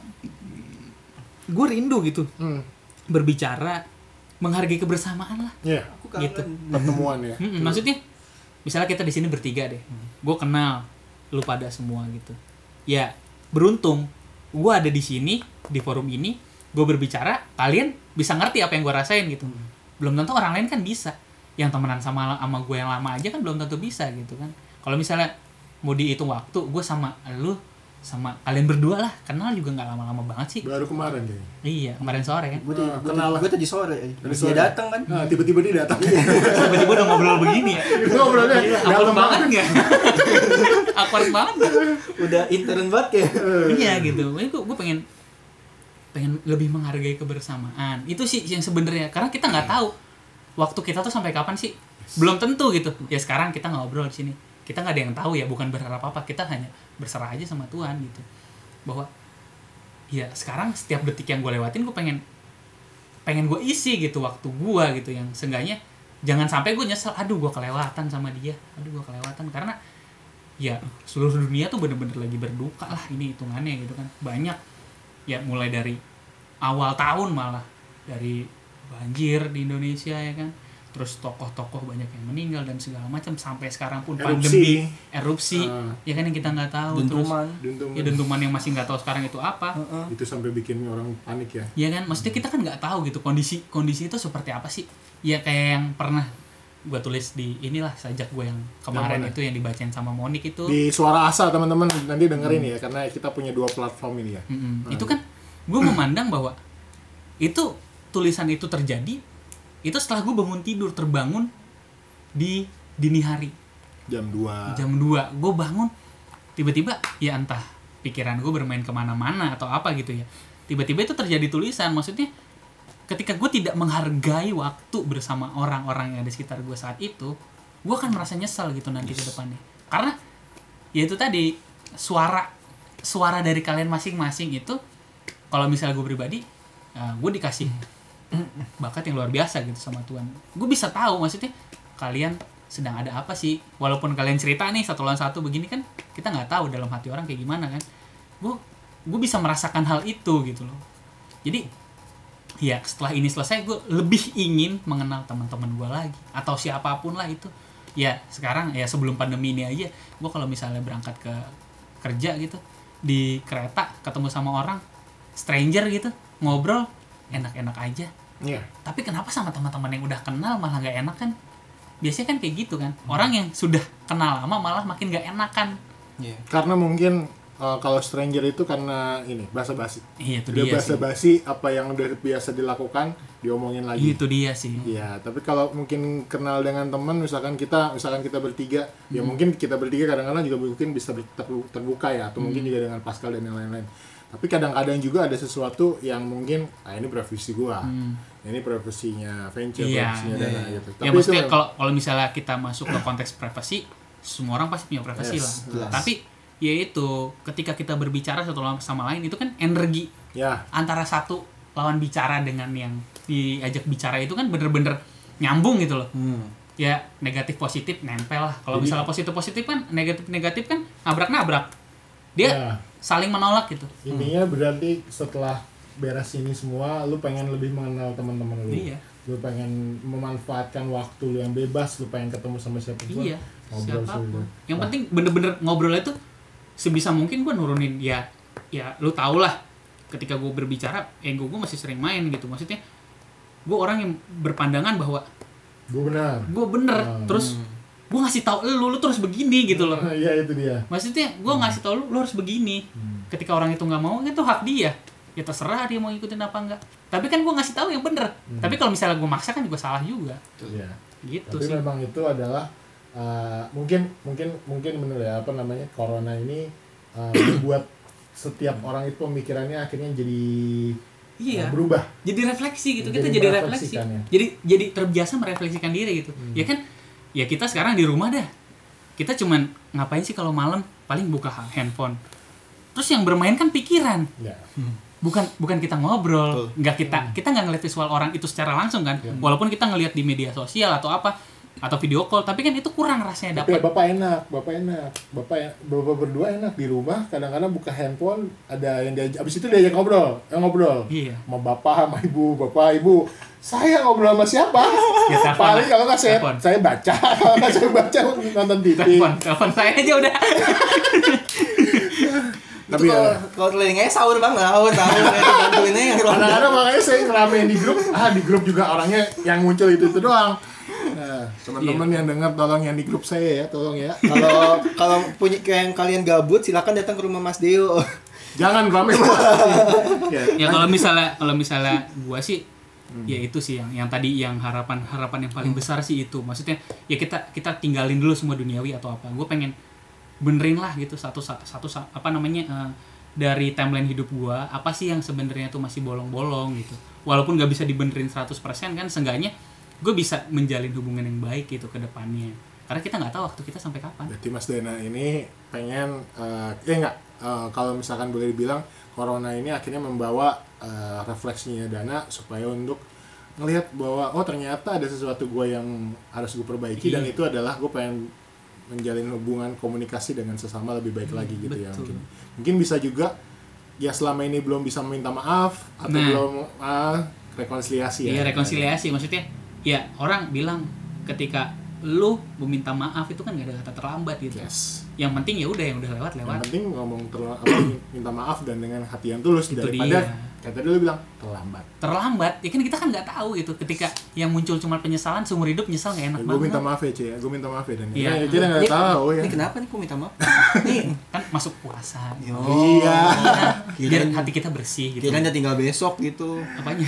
gue rindu gitu berbicara, menghargai kebersamaan lah. Iya. Gitu. Pertemuan ya. Maksudnya misalnya kita di sini bertiga deh, gue kenal lu pada semua gitu. Ya beruntung gue ada di sini di forum ini, gue berbicara, kalian bisa ngerti apa yang gue rasain gitu. Belum tentu orang lain kan bisa. Yang temenan sama gue yang lama aja kan belum tentu bisa gitu kan. Kalau misalnya mau dihitung waktu, gue sama lu sama kalian berdua lah kenal juga nggak lama-lama banget sih. Baru kemarin kayaknya. Iya, kemarin sore kan. Gue tadi sore. Dia datang kan. Nah, tiba-tiba dia datang. Tiba-tiba udah ngobrol begini ya. Ngobrolnya Awkward banget nggak? Awkward banget nggak? Udah intern banget ya. Iya gitu. Gue pengen lebih menghargai kebersamaan. Itu sih yang sebenarnya, karena kita nggak tahu waktu kita tuh sampai kapan sih. Belum tentu gitu. Ya sekarang kita ngobrol di sini. Kita nggak ada yang tahu ya, bukan berharap apa, kita hanya berserah aja sama Tuhan gitu, bahwa ya sekarang setiap detik yang gue lewatin gue pengen pengen gue isi gitu waktu gue gitu, yang seenggaknya jangan sampai gue nyesel, aduh gue kelewatan sama dia, karena ya seluruh dunia tuh bener-bener lagi berduka lah ini hitungannya gitu kan. Banyak ya, mulai dari awal tahun malah dari banjir di Indonesia ya kan, terus tokoh-tokoh banyak yang meninggal dan segala macam, sampai sekarang pun pandemi, erupsi ya kan, yang kita nggak tahu, dentuman. Ya dentuman yang masih nggak tahu sekarang itu apa. Itu sampai bikin orang panik ya. Ya kan, maksudnya kita kan nggak tahu gitu kondisi itu seperti apa sih. Ya kayak yang pernah gue tulis di inilah sajak gue yang kemarin itu, yang dibacain sama Monik itu di Suara Asa, teman-teman nanti dengerin ya, karena kita punya 2 platform ini ya. Itu kan gue memandang bahwa itu tulisan itu terjadi itu setelah gue terbangun di dini hari jam 2 gue bangun, tiba-tiba ya entah pikiran gue bermain kemana-mana atau apa gitu ya, tiba-tiba itu terjadi tulisan. Maksudnya ketika gue tidak menghargai waktu bersama orang-orang yang ada di sekitar gue saat itu, gue akan merasa nyesal gitu nanti ke depannya. Karena ya itu tadi, suara dari kalian masing-masing itu, kalau misalnya gue pribadi, gue dikasih bakat yang luar biasa gitu sama Tuhan. Gue bisa tahu maksudnya kalian sedang ada apa sih, walaupun kalian cerita nih 1 lawan 1 begini kan, kita nggak tahu dalam hati orang kayak gimana kan. Gue bisa merasakan hal itu gitu loh. Jadi ya setelah ini selesai, gue lebih ingin mengenal teman-teman gue lagi, atau siapapun lah itu. Ya sekarang ya sebelum pandemi ini aja, gue kalau misalnya berangkat ke kerja gitu, di kereta ketemu sama orang stranger gitu, ngobrol enak-enak aja. Iya. Tapi kenapa sama teman-teman yang udah kenal malah nggak enak kan? Biasanya kan kayak gitu kan. Orang yang sudah kenal lama malah makin nggak enakan. Yeah. Karena mungkin kalau stranger itu karena ini basa-basi. Iya, itu dia dia basa-basi sih. Apa yang udah biasa dilakukan diomongin lagi. Itu dia sih. Iya, tapi kalau mungkin kenal dengan teman, misalkan kita bertiga, ya mungkin kita bertiga kadang-kadang juga mungkin bisa terbuka ya, atau mungkin juga dengan Pascal dan yang lain-lain. Tapi kadang-kadang juga ada sesuatu yang mungkin, ini privasi gua, ini privasinya venture, privasinya dana gitu. Ya maksudnya kalau misalnya kita masuk ke konteks privasi, semua orang pasti punya privasi lah. Jelas. Tapi ya itu, ketika kita berbicara satu sama lain, itu kan energi antara satu lawan bicara dengan yang diajak bicara itu kan bener-bener nyambung gitu loh. Ya negatif positif nempel lah. Kalau misalnya positif kan, negatif kan nabrak dia saling menolak gitu. Intinya berarti setelah beres ini semua, lu pengen lebih mengenal teman-teman lu. Iya. Lu pengen memanfaatkan waktu lu yang bebas, lu pengen ketemu sama siapapun. Iya, ngobrol siapapun. Yang penting bener-bener ngobrol itu sebisa mungkin gue nurunin ya lu tau lah, ketika gue berbicara ego gue masih sering main gitu. Maksudnya gue orang yang berpandangan bahwa gue bener. Terus gue ngasih tau lu terus begini gitu loh. Iya, itu dia. Maksudnya gue ngasih tau lu harus begini. Ketika orang itu nggak mau, itu hak dia. Ya terserah dia mau ikutin apa enggak. Tapi kan gue ngasih tahu yang bener. Tapi kalau misalnya gue maksa kan juga salah juga. Iya. Gitu tapi sih. memang itu adalah mungkin bener ya, corona ini membuat setiap orang itu pemikirannya akhirnya jadi berubah. Jadi refleksi gitu. Kita jadi refleksi. Ya. Jadi terbiasa merefleksikan diri gitu. Ya kan? Ya kita sekarang di rumah dah. Kita cuman ngapain sih kalau malam? Paling buka handphone. Terus yang bermain kan pikiran. Ya. Bukan kita ngobrol. Nggak kita nggak ngeliat visual orang itu secara langsung kan. Walaupun kita ngeliat di media sosial atau apa, atau video call, tapi kan itu kurang rasanya dapat. Tapi bapak berdua enak di rumah, kadang-kadang buka handphone, ada yang abis itu diajak ngobrol. Iya. Sama bapak, sama ibu, saya ngobrol sama siapa? Ya, paling kalau nggak saya baca, kalau nggak saya baca nonton TV. Telepon saya aja udah. Tapi kalau keliling aja sahur bantuinnya. Kadang-kadang makanya saya ngeramein di grup juga orangnya yang muncul itu doang. Nah, teman-teman yang dengar tolong yang di grup saya ya, tolong ya. Kalau punya yang kalian gabut, silakan datang ke rumah Mas Deo. Jangan rame. Ya kalau misalnya gua sih ya itu sih yang tadi, yang harapan yang paling besar sih itu. Maksudnya ya kita tinggalin dulu semua duniawi atau apa. Gue pengen benerin lah gitu satu dari timeline hidup gue, apa sih yang sebenarnya tuh masih bolong-bolong gitu. Walaupun gak bisa dibenerin 100% kan, seenggaknya gue bisa menjalin hubungan yang baik gitu ke depannya. Karena kita nggak tahu waktu kita sampai kapan. Berarti Mas Dana ini pengen kalau misalkan boleh dibilang, corona ini akhirnya membawa refleksinya Dana supaya untuk ngelihat bahwa oh ternyata ada sesuatu gue yang harus gue perbaiki dan itu adalah gue pengen menjalin hubungan komunikasi dengan sesama lebih baik lagi gitu ya mungkin bisa juga ya selama ini belum bisa meminta maaf atau belum rekonsiliasi ya. Iya rekonsiliasi maksudnya ya orang bilang ketika lu meminta maaf itu kan gak ada kata terlambat gitu. Yes. Yang penting ya udah yang udah lewat. Yang penting ngomong minta maaf dan dengan hati yang tulus itu daripada dia. Kayak tadi lu bilang terlambat. Ya kan kita kan nggak tahu gitu ketika yang muncul cuma penyesalan seumur hidup nyesal nggak enak banget. Gue minta maaf ya Cie, gue minta maaf ya dan iya. Kita nggak tahu ya. Ini kenapa nih kok minta maaf? Nih kan masuk puasa. Iya. Biar hati kita bersih gitu. Kirain udah tinggal besok gitu. Apanya?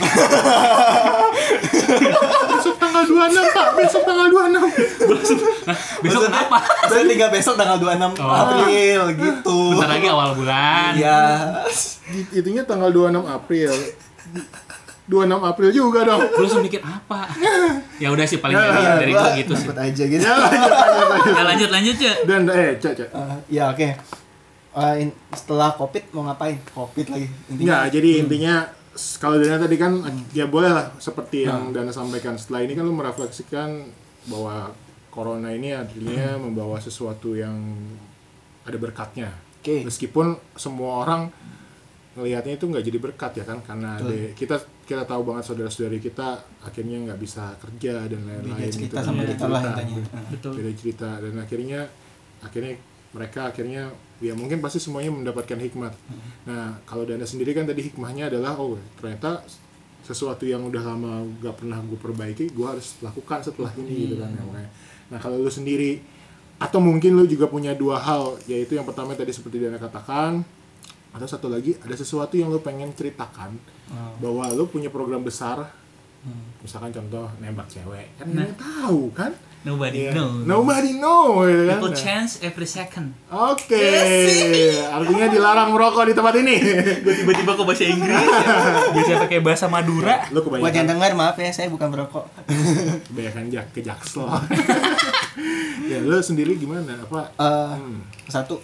Besok tanggal 26 Pak, besok tanggal 26. Besok apa? Saya tinggal besok tanggal 26 April gitu. Bentar lagi awal bulan. Iya. Itunya tanggal 26 April. 26 April juga dong. Gue langsung mikir apa? Ya udah sih paling dari gue gitu sih. Takut aja gitu. Ya lanjut Cek. Dan Cek. Ya oke. Setelah Covid mau ngapain? Covid lagi. Enggak, jadi intinya kalau Dana tadi kan ya boleh lah seperti yang Dana sampaikan. Setelah ini kan lu merefleksikan bahwa corona ini artinya membawa sesuatu yang ada berkatnya. Meskipun semua orang ngelihatnya itu nggak jadi berkat ya kan karena kita tahu banget saudara-saudari kita akhirnya nggak bisa kerja dan lain-lain beda cerita gitu. sama kita lah intinya. Betul. Beda cerita dan akhirnya mereka ya mungkin pasti semuanya mendapatkan hikmat. Nah kalau Dana sendiri kan tadi hikmahnya adalah ternyata sesuatu yang udah lama gak pernah gue perbaiki gue harus lakukan setelah ini gitu kan ya. Nah kalau lu sendiri atau mungkin lu juga punya dua hal, yaitu yang pertama tadi seperti Dana katakan, atau satu lagi ada sesuatu yang lu pengen ceritakan bahwa lu punya program besar, misalkan contoh nembak cewek kan tahu kan. Nobody know. Nobody know gitu kan. People chance every second. Oke. Artinya dilarang merokok di tempat ini. Tiba-tiba kok bahasa Inggris ya. Biasanya pakai bahasa Madura. Lu kebanyakan. Buat yang dengar maaf ya, saya bukan perokok. Kebanyakan ke Jaksel. Ya, lu sendiri gimana? Apa? Satu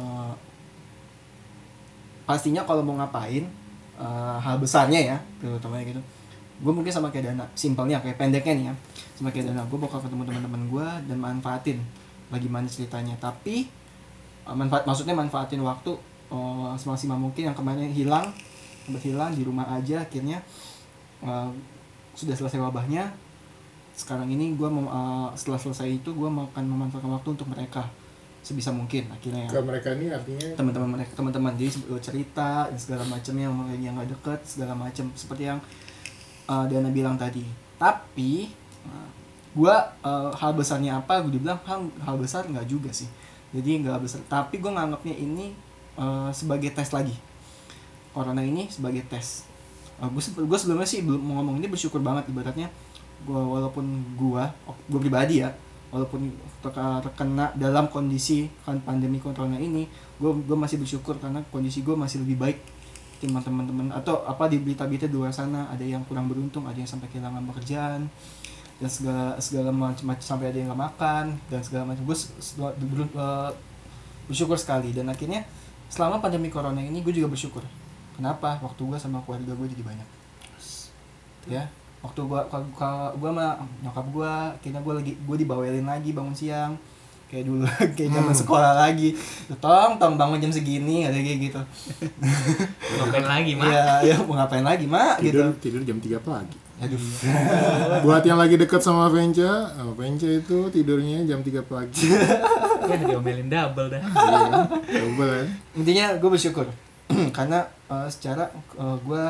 pastinya kalau mau ngapain hal besarnya ya, terutamanya gitu. Gue mungkin sama kayak Dana, simpelnya kayak pendeknya nih ya. Sama kayak Dana, gue bakal ketemu teman-teman gue dan manfaatin bagaimana ceritanya. Tapi maksudnya manfaatin waktu semaksimal mungkin yang kemarin hilang di rumah aja. Akhirnya sudah selesai wabahnya. Sekarang ini gue setelah selesai itu gue akan memanfaatkan waktu untuk mereka sebisa mungkin akhirnya. Ke mereka ini artinya teman-teman jadi cerita dan segala macamnya yang nggak deket segala macam seperti yang Dana bilang tadi. Tapi gue hal besarnya apa? Gue dibilang hal besar nggak juga sih. Jadi nggak besar. Tapi gue nganggapnya ini sebagai tes lagi. Corona ini sebagai tes. Gue sebelumnya sih belum mau ngomong ini bersyukur banget ibaratnya. Walaupun gue pribadi ya, walaupun terkena dalam kondisi pandemi corona ini, gue masih bersyukur karena kondisi gue masih lebih baik teman-teman atau apa di berita-berita di luar sana ada yang kurang beruntung, ada yang sampai kehilangan pekerjaan dan segala macam sampai ada yang nggak makan dan segala macam. Gue bersyukur sekali dan akhirnya selama pandemi corona ini gue juga bersyukur. Kenapa? Waktu gue sama keluarga gue jadi banyak. Ya, waktu gue sama nyokap gue, akhirnya gue dibawelin lagi bangun siang. Kayak dulu, kayak zaman sekolah lagi. Tong bangun jam segini, ada kayak gitu. Ngapain lagi, Mak? Iya, mau ngapain lagi, Mak? Tidur jam 3 pagi. Aduh. Buat yang lagi dekat sama Venca itu tidurnya jam 3 pagi. Ya diomelin double dah. Double ya. Intinya gue bersyukur. Karena secara gue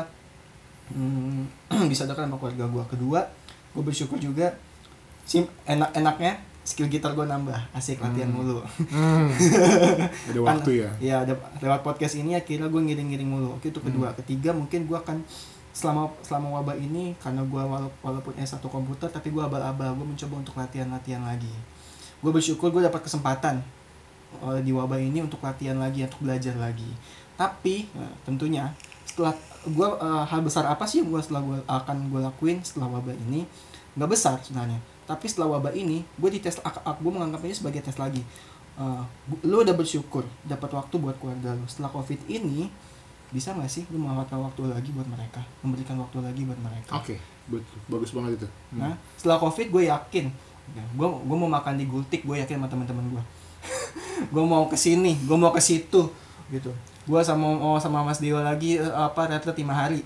bisa dekat sama keluarga gue. Kedua, gue bersyukur juga enak-enaknya skill gitar gue nambah, asik latihan mulu. Ada waktu ya? Iya, lewat podcast ini akhirnya gue ngiring-ngiring mulu. Oke, itu kedua. Ketiga mungkin gue akan selama wabah ini karena gue walaupun S1 komputer tapi gue abal-abal, gue mencoba untuk latihan lagi. Gue bersyukur gue dapat kesempatan di wabah ini untuk latihan lagi, untuk belajar lagi. Tapi tentunya setelah gue hal besar apa sih yang gue akan lakuin setelah wabah ini? Nggak besar sebenarnya. Tapi setelah wabah ini, gue menganggapnya sebagai tes lagi. Lu udah bersyukur dapat waktu buat keluarga lu. Setelah COVID ini, bisa nggak sih lu memanfaatkan waktu lagi buat mereka, memberikan waktu lagi buat mereka? Oke. Bagus banget itu. Nah, setelah COVID gue yakin, gue mau makan di Gultik, gue yakin sama teman-teman gue. Gue mau ke sini, gue mau ke situ, gitu. Gue sama Mas Dewa lagi retret 5 hari.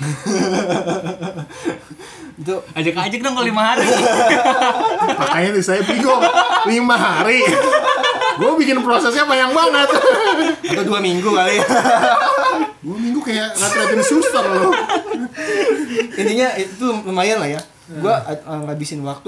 Itu Ajak dong kalau 5 hari. Makanya nih saya bingung 5 hari. Gue bikin prosesnya panjang banget. atau 2 minggu kali ya. 2 minggu kayak retretin suster loh. Intinya itu lumayan lah ya. Gue ngabisin waktu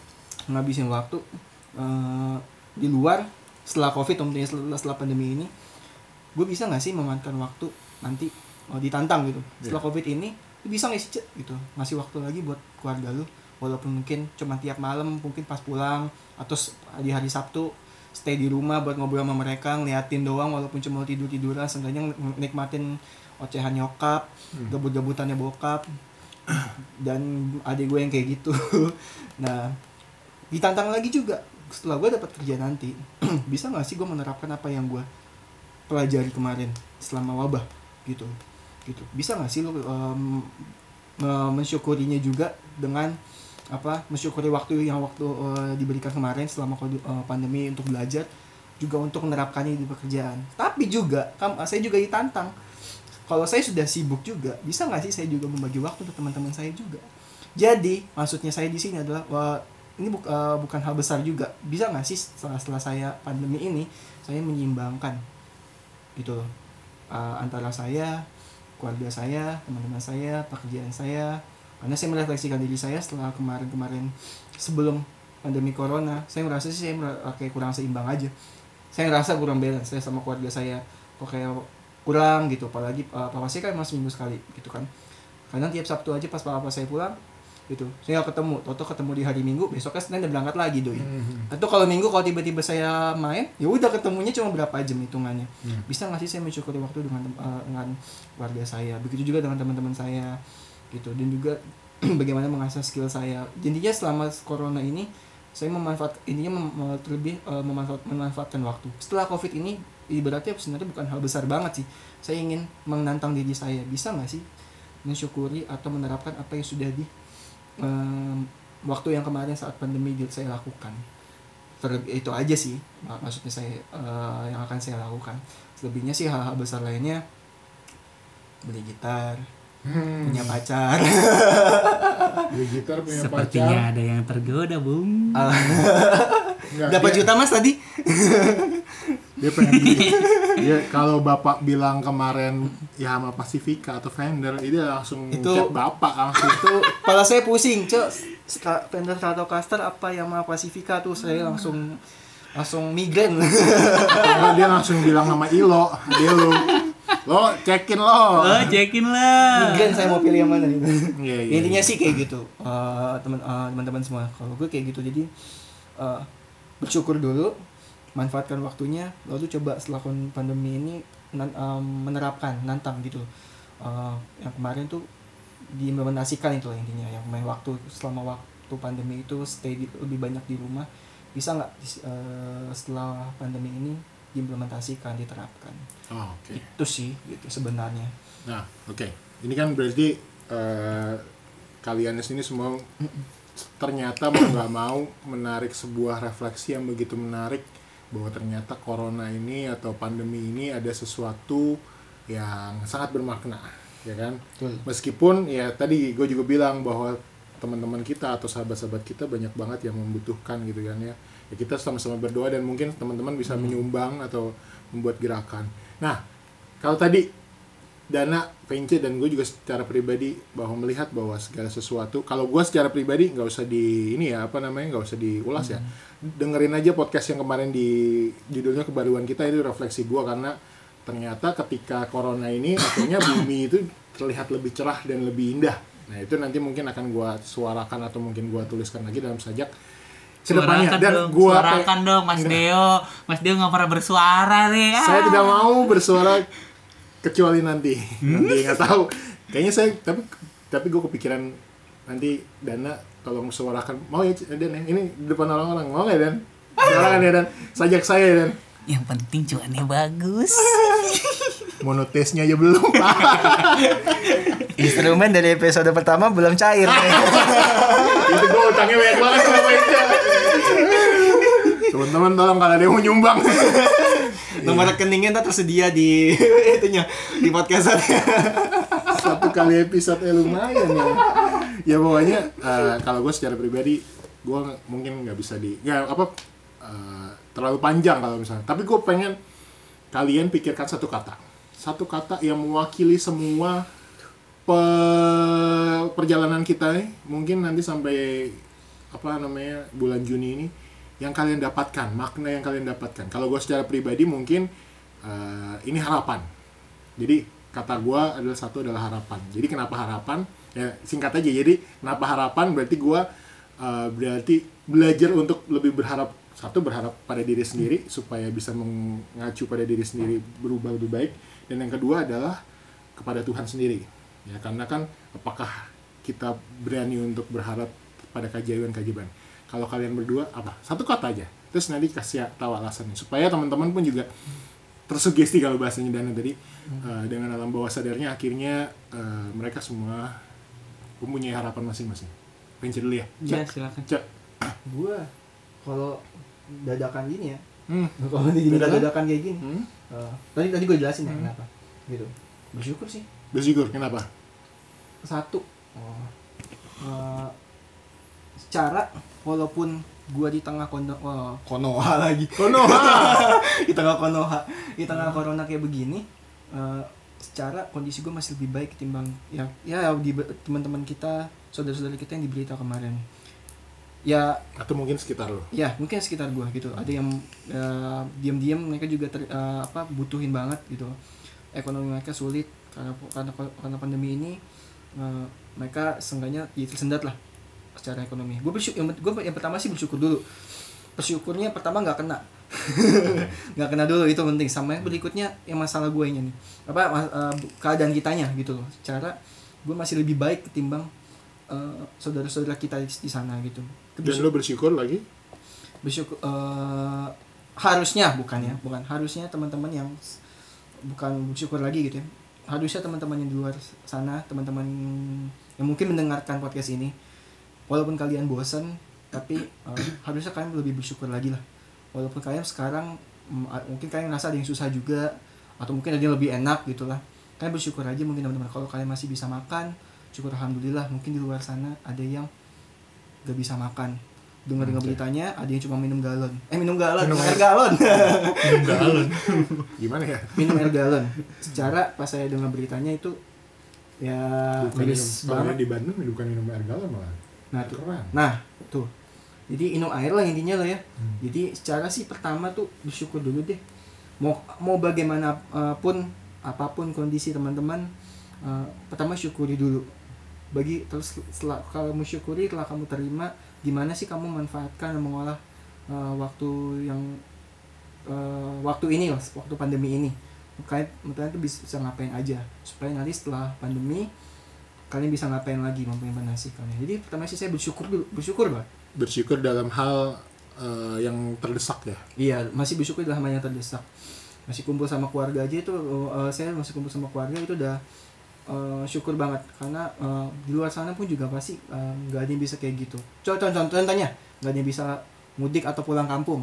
di luar setelah COVID, tentunya setelah pandemi ini. Gue bisa nggak sih memanfaatkan waktu nanti ditantang gitu. Setelah COVID ini, lu bisa nggak sih gitu ngasih waktu lagi buat keluarga lu, walaupun mungkin cuma tiap malam, mungkin pas pulang atau di hari Sabtu stay di rumah buat ngobrol sama mereka, ngeliatin doang walaupun cuma tiduran, seenggaknya nikmatin ocehan nyokap, gabut-gabutannya bokap dan adik gue yang kayak gitu. Nah, ditantang lagi juga setelah gue dapat kerja nanti. Bisa nggak sih gue menerapkan apa yang gue pelajari kemarin selama wabah gitu. Bisa nggak sih lu mensyukurinya juga dengan mensyukuri waktu diberikan kemarin selama pandemi untuk belajar, juga untuk menerapkannya di pekerjaan. Tapi juga saya juga ditantang, kalau saya sudah sibuk juga, bisa nggak sih saya juga membagi waktu untuk teman-teman saya juga. Jadi maksudnya saya di sini adalah ini bukan hal besar juga. Bisa nggak sih setelah saya pandemi ini saya menyeimbangkan gitu loh, antara saya, keluarga saya, teman-teman saya, pekerjaan saya. Karena saya merefleksikan diri saya setelah kemarin sebelum pandemi corona, saya merasa sih saya kayak kurang seimbang aja. Saya ngerasa kurang balance saya sama keluarga saya, kok kayak kurang gitu. Apalagi papa saya kan masih seminggu sekali gitu kan. Karena tiap Sabtu aja pas papa saya pulang gitu, saya nggak ketemu di hari Minggu, besoknya Senin udah berangkat lagi doi. Atau kalau Minggu kalau tiba-tiba saya main, ya udah ketemunya cuma berapa jam hitungannya. Bisa nggak sih saya mensyukuri waktu dengan keluarga saya, begitu juga dengan teman-teman saya gitu, dan juga bagaimana mengasah skill saya. Intinya selama corona ini saya memanfaatkan waktu. Setelah COVID ini ibaratnya sebenarnya bukan hal besar banget sih. Saya ingin menantang diri saya, bisa nggak sih mensyukuri atau menerapkan apa yang sudah waktu yang kemarin saat pandemi saya lakukan. Itu aja sih maksudnya saya yang akan saya lakukan. Selebihnya sih hal-hal besar lainnya, beli gitar, punya pacar. Beli gitar, punya Sepertinya pacar. ada yang tergoda, Bung. Dapat juta Mas tadi. Dia pengen dia kalau bapak bilang kemarin ya sama Pasifika atau Fender, dia langsung Itu- chat bapak langsung. Itu kepala saya pusing, Fender Stratocaster apa yang sama Pasifika tuh, saya langsung migrain. Dia langsung bilang sama Ilo, dia lo cekin lo. Oh, cekin lah. Migrain saya mau pilih yang mana gitu. Iya. Intinya sih kayak gitu, teman-teman semua. Kalau gue kayak gitu, jadi bersyukur dulu, manfaatkan waktunya, lalu coba setelah pandemi ini menerapkan, nantang gitu. Yang kemarin tuh diimplementasikan itu lah intinya, yang main waktu selama waktu pandemi itu stay lebih banyak di rumah. Bisa nggak setelah pandemi ini diimplementasikan, diterapkan? Oh, oke. Itu sih gitu sebenarnya. Nah, oke. Ini kan berarti kalian di sini semua ternyata mau nggak mau menarik sebuah refleksi yang begitu menarik, bahwa ternyata corona ini atau pandemi ini ada sesuatu yang sangat bermakna, ya kan? Betul. Meskipun ya tadi gue juga bilang bahwa teman-teman kita atau sahabat-sahabat kita banyak banget yang membutuhkan gitu kan ya. Ya kita sama-sama berdoa dan mungkin teman-teman bisa menyumbang atau membuat gerakan. Nah, kalau tadi Dana, Vence, dan gue juga secara pribadi bahwa melihat bahwa segala sesuatu, kalau gue secara pribadi nggak usah nggak usah diulas ya, dengerin aja podcast yang kemarin di judulnya Kebaruan Kita, itu refleksi gue, karena ternyata ketika corona ini akhirnya bumi itu terlihat lebih cerah dan lebih indah. Nah itu nanti mungkin akan gue suarakan atau mungkin gue tuliskan lagi dalam sajak kedepannya. Dan gue Suarakan dong, Mas Deo. Mas Deo nggak pernah bersuara nih. saya tidak mau bersuara kecuali nanti nggak tahu, kayaknya saya tapi gue kepikiran nanti Dana tolong suarakan, mau ya Dan, ini di depan orang-orang, mau nggak Dan suarakan ya Dan, sajak saya Dan. Yang penting cuannya bagus. Monotesnya aja belum. Instrumen dari episode pertama belum cair. Itu gue utangnya banyak banget sama Meja. Teman-teman tolong kalau ada yang mau nyumbang. Nomor rekeningnya ntar tersedia di itunya di podcastnya. 1 kali episode lumayan ya. Ya pokoknya kalau gue secara pribadi gue mungkin nggak bisa terlalu panjang kalau misalnya. Tapi gue pengen kalian pikirkan satu kata yang mewakili semua perjalanan kita nih. Mungkin nanti sampai bulan Juni ini yang kalian dapatkan, makna yang kalian dapatkan. Kalau gue secara pribadi mungkin ini harapan. Jadi kata gue adalah harapan. Jadi kenapa harapan? Ya singkat aja. Jadi kenapa harapan? Berarti gue belajar untuk lebih berharap. Satu, berharap pada diri sendiri supaya bisa mengacu pada diri sendiri berubah lebih baik. Dan yang kedua adalah kepada Tuhan sendiri. Ya karena kan apakah kita berani untuk berharap pada keajaiban? Kalau kalian berdua apa? Satu kata aja. Terus nanti kasih tahu alasannya supaya teman-teman pun juga tersugesti kalau bahasanya Dana tadi. Dengan alam bawah sadarnya akhirnya mereka semua mempunyai harapan masing-masing. Pengen dulu ya? Iya, silakan. Cek. Gua kalau dadakan gini ya. Kalau dadakan kayak gini. Tadi gue jelasin ya kenapa. Gitu. Bersyukur sih. Bersyukur kenapa? Satu. Secara walaupun gua di tengah Konoha lagi. Di tengah Konoha, di tengah corona kayak begini, secara kondisi gua masih lebih baik ketimbang ya di teman-teman kita, saudara-saudara kita yang diberita kemarin. Ya atau mungkin sekitar lo. Ya, mungkin sekitar gua gitu. Ada yang diam-diam mereka juga butuhin banget gitu. Ekonomi mereka sulit karena pandemi ini, mereka seenggaknya tersendat lah secara ekonomi. Gue yang pertama sih bersyukur dulu. Bersyukurnya pertama nggak kena, nggak kena dulu, itu penting. Sama yang berikutnya yang masalah gue nya nih, keadaan kitanya gitu loh. Secara gue masih lebih baik ketimbang saudara-saudara kita di sana gitu. Dan lo bersyukur lagi? Bersyukur harusnya bukan harusnya teman-teman yang bukan bersyukur lagi gitu ya. Harusnya teman-teman yang di luar sana, teman-teman yang mungkin mendengarkan podcast ini, walaupun kalian bosan, tapi harusnya kalian lebih bersyukur lagi lah. Walaupun kalian sekarang mungkin kalian ngerasa ada yang susah juga, atau mungkin ada yang lebih enak gitu lah. Kalian bersyukur aja mungkin teman-teman. Kalau kalian masih bisa makan, syukur alhamdulillah. Mungkin di luar sana ada yang gak bisa makan. Dengar-dengar beritanya ada yang cuma minum air galon. Minum galon. Gimana ya? Minum air galon. Secara pas saya dengar beritanya itu ya miris banget. Di Bandung bukan minum air galon malah. Nah tuh. Jadi minum air lah intinya lah ya. Jadi secara sih pertama tuh bersyukur dulu deh. Mau bagaimanapun apapun kondisi teman-teman, pertama syukuri dulu. Terus setelah kamu syukuri, setelah kamu terima, gimana sih kamu manfaatkan dan mengolah waktu ini lah, waktu pandemi ini. Kalian tuh bisa ngapain aja supaya nanti setelah pandemi kalian bisa ngapain lagi, mengimplementasikan. Jadi pertama sih saya bersyukur banget. Bersyukur dalam hal yang terdesak ya. Iya, masih bersyukur dalam hal yang terdesak. Masih kumpul sama keluarga aja itu, saya masih kumpul sama keluarga itu udah syukur banget, karena di luar sana pun juga pasti nggak ada yang bisa kayak gitu. Contohnya nggak ada yang bisa mudik atau pulang kampung.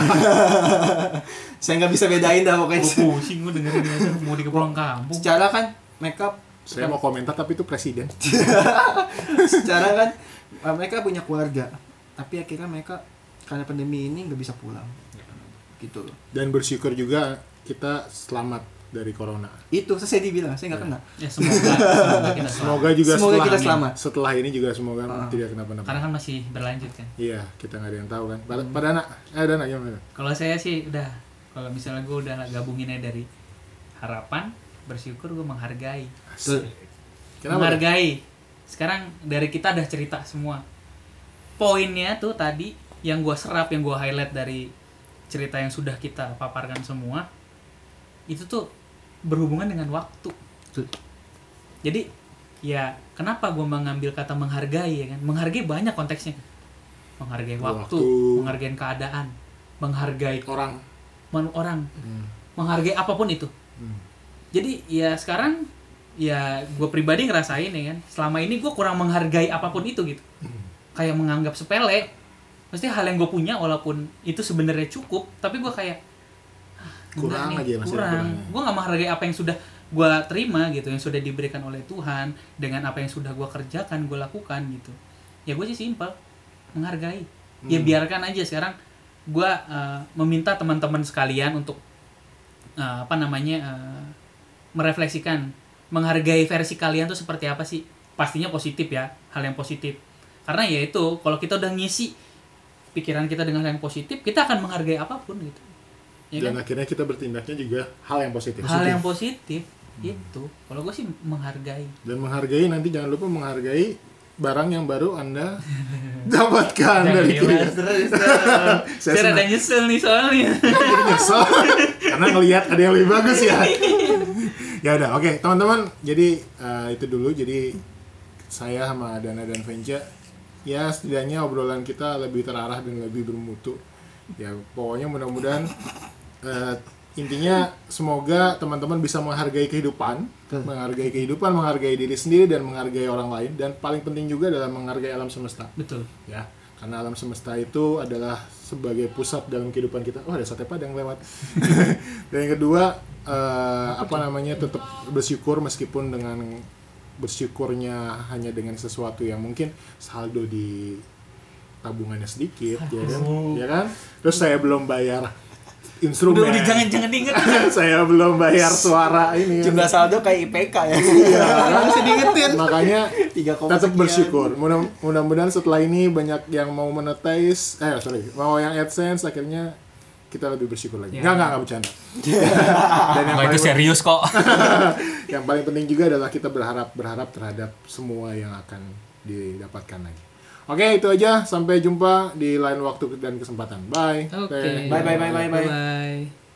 Saya nggak bisa bedain dah pokoknya. Pusing gue dengerin mudik ke pulang kampung. Secara kan mereka, saya mau komentar tapi itu presiden. Secara kan mereka punya keluarga, tapi akhirnya mereka karena pandemi ini nggak bisa pulang. Gitu loh. Dan bersyukur juga kita selamat dari corona. Itu saya dibilang, saya nggak kena. Ya semoga kita semoga juga kita selamat. Setelah ini juga semoga tidak kenapa-napa. Karena kan masih berlanjut kan. Iya, kita nggak ada yang tahu kan. Pada anak, ada anak gimana? Kalau saya sih udah, kalau misalnya gue udah gabunginnya dari harapan, bersyukur, gue menghargai. Kenapa? Menghargai. Sekarang dari kita udah cerita semua. Poinnya tuh tadi yang gue serap, yang gue highlight dari cerita yang sudah kita paparkan semua, itu tuh berhubungan dengan waktu. Jadi ya kenapa gue mengambil kata menghargai ya kan? Menghargai banyak konteksnya. Menghargai waktu, menghargai keadaan, menghargai orang, menghargai apapun itu. Jadi ya sekarang ya gue pribadi ngerasain ya kan, selama ini gue kurang menghargai apapun itu gitu, kayak menganggap sepele. Pasti hal yang gue punya walaupun itu sebenarnya cukup, tapi gue kayak Kurang enggak aja, masih ada kurang. kurangnya. Gue nggak menghargai apa yang sudah gue terima gitu, yang sudah diberikan oleh Tuhan dengan apa yang sudah gue kerjakan, gue lakukan gitu. Ya gue sih simpel menghargai. Ya biarkan aja sekarang gue meminta teman-teman sekalian untuk merefleksikan, menghargai versi kalian tuh seperti apa sih. Pastinya positif ya, hal yang positif. Karena ya itu, kalau kita udah ngisi pikiran kita dengan hal yang positif, kita akan menghargai apapun gitu. Ya Dan kan? akhirnya kita bertindaknya juga hal yang positif. Hal yang positif itu. Kalau gue sih menghargai. Dan menghargai, nanti jangan lupa menghargai barang yang baru Anda dapatkan dari kita. Saya rada nyesel nih soalnya. Jadi nyesel karena ngelihat ada yang lebih bagus ya. Ya udah, oke, teman-teman. Jadi itu dulu. Jadi saya sama Dana dan Venja, ya setidaknya obrolan kita lebih terarah dan lebih bermutu. Ya pokoknya mudah-mudahan intinya semoga teman-teman bisa menghargai kehidupan, menghargai diri sendiri dan menghargai orang lain, dan paling penting juga adalah menghargai alam semesta. Betul. Ya, karena alam semesta itu adalah sebagai pusat dalam kehidupan kita. Oh, ada sate padang lewat. Dan yang kedua, tetap bersyukur, meskipun dengan bersyukurnya hanya dengan sesuatu yang mungkin saldo di tabungannya sedikit, ya kan? Terus saya belum bayar instrumen. Udah jangan diinget. Saya belum bayar suara ini. Jumlah saldo kayak IPK ya. Iya, Harus diingetin. makanya 3, tetap sekian. bersyukur. Mudah-mudahan setelah ini banyak yang mau monetize, mau yang AdSense, akhirnya kita lebih bersyukur lagi. Ya. Enggak bercanda. Dan yang Itu paling, serius kok. yang paling penting juga adalah kita berharap terhadap semua yang akan didapatkan lagi. Oke, itu aja. Sampai jumpa di lain waktu dan kesempatan. Bye. Oke. Bye. Bye.